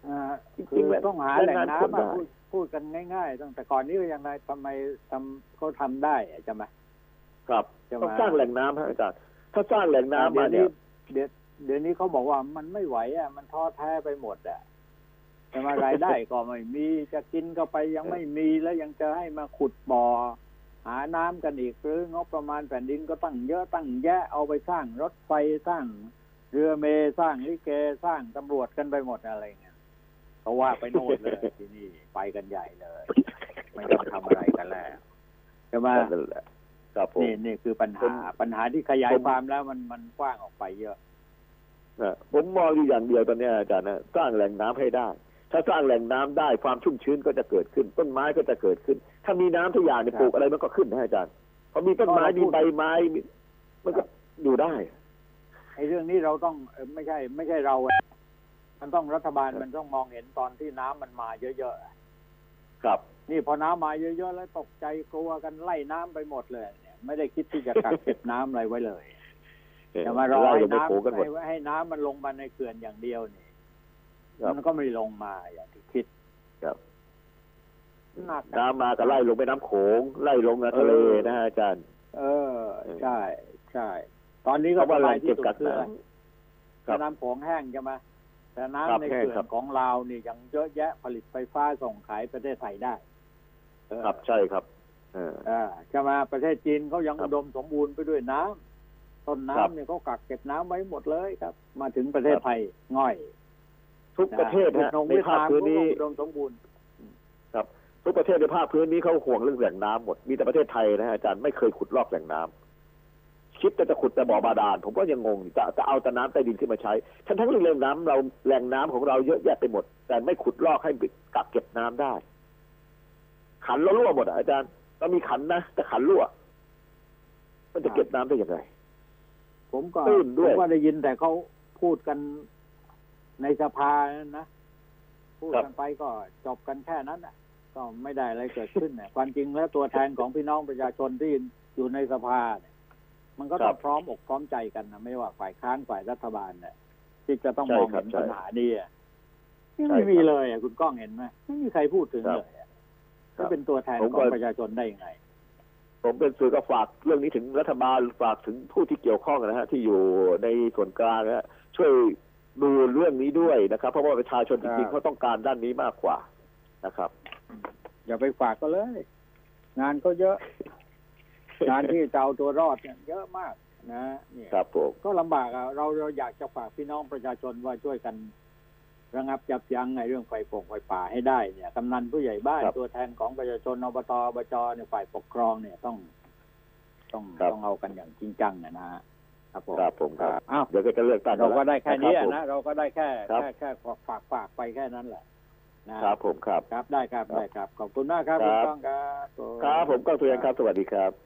อ่าจริงๆคือแล้วต้องหาแรงแหล่งงานคนน้ำได้มาพูดพูดกันง่ายๆตั้งแต่ก่อนนี้ก็ยังไงทำไมทำเขาทำได้ใช่ไหมครับจะมาต้องสร้างแหล่งน้ำฮะอาจารย์ถ้าสร้างแหล่งน้ำมาเดี๋เนี่ย ยวนี้เดี๋ยวเดี๋ยวนี้เขาบอกว่ามันไม่ไหวอ่ะมันท้อแท้ไปหมดอ่ะจะมารายได้ก็ไม่มีจะกินก็ไปยังไม่มีแล้วยังจะให้มาขุดบ่อหาน้ำกันอีกหรืองบประมาณแผ่นดินก็ตั้งเยอะตั้งแยะเอาไปสร้างรถไฟสร้างเรือเมล์สร้างลิเกสร้างตำรวจกันไปหมดอะไรเงี้ยเขาว่าไปโน่นเลยที่นี่ไปกันใหญ่เลยไม่ต้องทำอะไรกันแล้วใช่ไหมนั่นแหละครับผมนี่นี่คือปัญหาปัญหาที่ขยายความแล้วมันมันกว้างออกไปเยอะนะผมมองอยู่อย่างเดียวตอนนี้อาจารย์นะสร้างแหล่งน้ำให้ได้ ถ้าสร้างแหล่งน้ำได้ความชุ่มชื้นก็จะเกิดขึ้น ต้นไม้ก็จะเกิดขึ้น ถ้ามีน้ำทุกอย่างเนี่ยปลูกอะไรมันก็ขึ้นนะอาจารย์พอมีต้นไม้มีใบไม้มันก็อยู่ได้ไอ้เรื่องนี้เราต้องเอ่อไม่ใช่ ไม่ใช่เราอะมันต้องรัฐบาลมันต้องมองเห็นตอนที่น้ำมันมาเยอะๆครับนี่พอน้ำมาเยอะๆแล้วตกใจกลัวกันไล่น้ำไปหมดเลยเนี่ยไม่ได้คิดที่จะกักเก็บน้ำอะไรไว้เลยจะมารอให้น้ำให้ให้น้ำมันลงมาในเขื่อนอย่างเดียวนี่มันก็ไม่ลงมาอย่างที่คิดครับหนักน้ำมาก็ไล่ลงไปน้ำโขงไล่ลงในทะเลนะฮะอาจารย์เออใช่ใช่ตอนนี้ก็สบายที่สุดคือน้ำโขงแห้งใช่ไหมแต่น้ำในเขื่อนของลาวนี่ยังเยอะแยะผลิตไฟฟ้าส่งขายประเทศไทยได้ครับใช่ครับเอออ่าใช่ไหมประเทศจีนเขายังอุดมสมบูรณ์ไปด้วยน้ำต้นน้ำเนี่ยเขากักเก็บน้ำไว้หมดเลยครับมาถึงประเทศไทยง่อยทุกประเทศนะในภาคพื้นนี้อุดมสมบูรณ์ครับทุกประเทศในภาคพื้นนี้เขาห่วงเรื่องแหล่งน้ำหมดมีแต่ประเทศไทยนะอาจารย์ไม่เคยขุดลอกแหล่งน้ำคิดแต่จะขุดแต่บ่อบาดาลผมก็ยังงงจะจะเอาแต่น้ำใต้ดินขึ้นมาใช้ทั้งทั้งเรื่องน้ำเราแหล่งน้ำของเราเยอะแยะไปหมดแต่ไม่ขุดลอกให้กักเก็บน้ำได้ขันเรารั่วหมดอาจารย์เรามีขันนะแต่ขันรั่วมันจะเก็บน้ำได้ยังไงผมก็ผมก็ได้ยินแต่เขาพูดกันในสภานะพูดกันไปก็จบกันแค่นั้นอ่ะก็ไม่ได้อะไรเกิดขึ้นเนี่ยความจริงแล้วตัวแทนของพี่น้องประชาชนที่อยู่ในสภาเนี่ยมันก็ต้องพร้อมอกพร้อมใจกันนะไม่ว่าฝ่ายค้านฝ่ายรัฐบาลเนี่ยที่จะต้องมองเห็นปัญหานี้ไม่มีเลยอ่ะคุณก้องเห็นไหมไม่มีใครพูดถึงเลยจะเป็นตัวแทนของประชาชนได้ยังไงผมเป็นสื่อก็ฝากเรื่องนี้ถึงรัฐบาลฝากถึงผู้ที่เกี่ยวข้องนะฮะที่อยู่ในส่วนกลางนะช่วยดูเรื่องนี้ด้วยนะครับเพราะว่าประชาชนจริงๆเขาต้องการด้านนี้มากกว่านะครับอย่าไปฝากก็เลยงานก็เยอะงานที่จะเอาตัวรอดเนี่ยเยอะมากนะเนี่ยครับผมก็ลำบากอ่ะเราเราอยากจะฝากพี่น้องประชาชนว่าช่วยกันระงับยับยั้งในเรื่องไฟป่งไฟป่าให้ได้เนี่ยกำนันผู้ใหญ่บ้านตัวแทนของประชาชนอบตอบจเนี่ยฝ่ายปกครองเนี่ยต้องต้องต้องเอากันอย่างจริงจังนะฮะครับผมครับผมครับอ้าวเดี๋ยวก็จะเลือกตั้งเราก็ได้แค่นี้นะเราก็ได้แค่แค่แค่ฝากฝากไปแค่นั้นแหละนะครับผมครับครับได้ครับได้ครับขอบคุณมากครับคุณก้องครับครับผมก้องเทืองครับสวัสดีครับ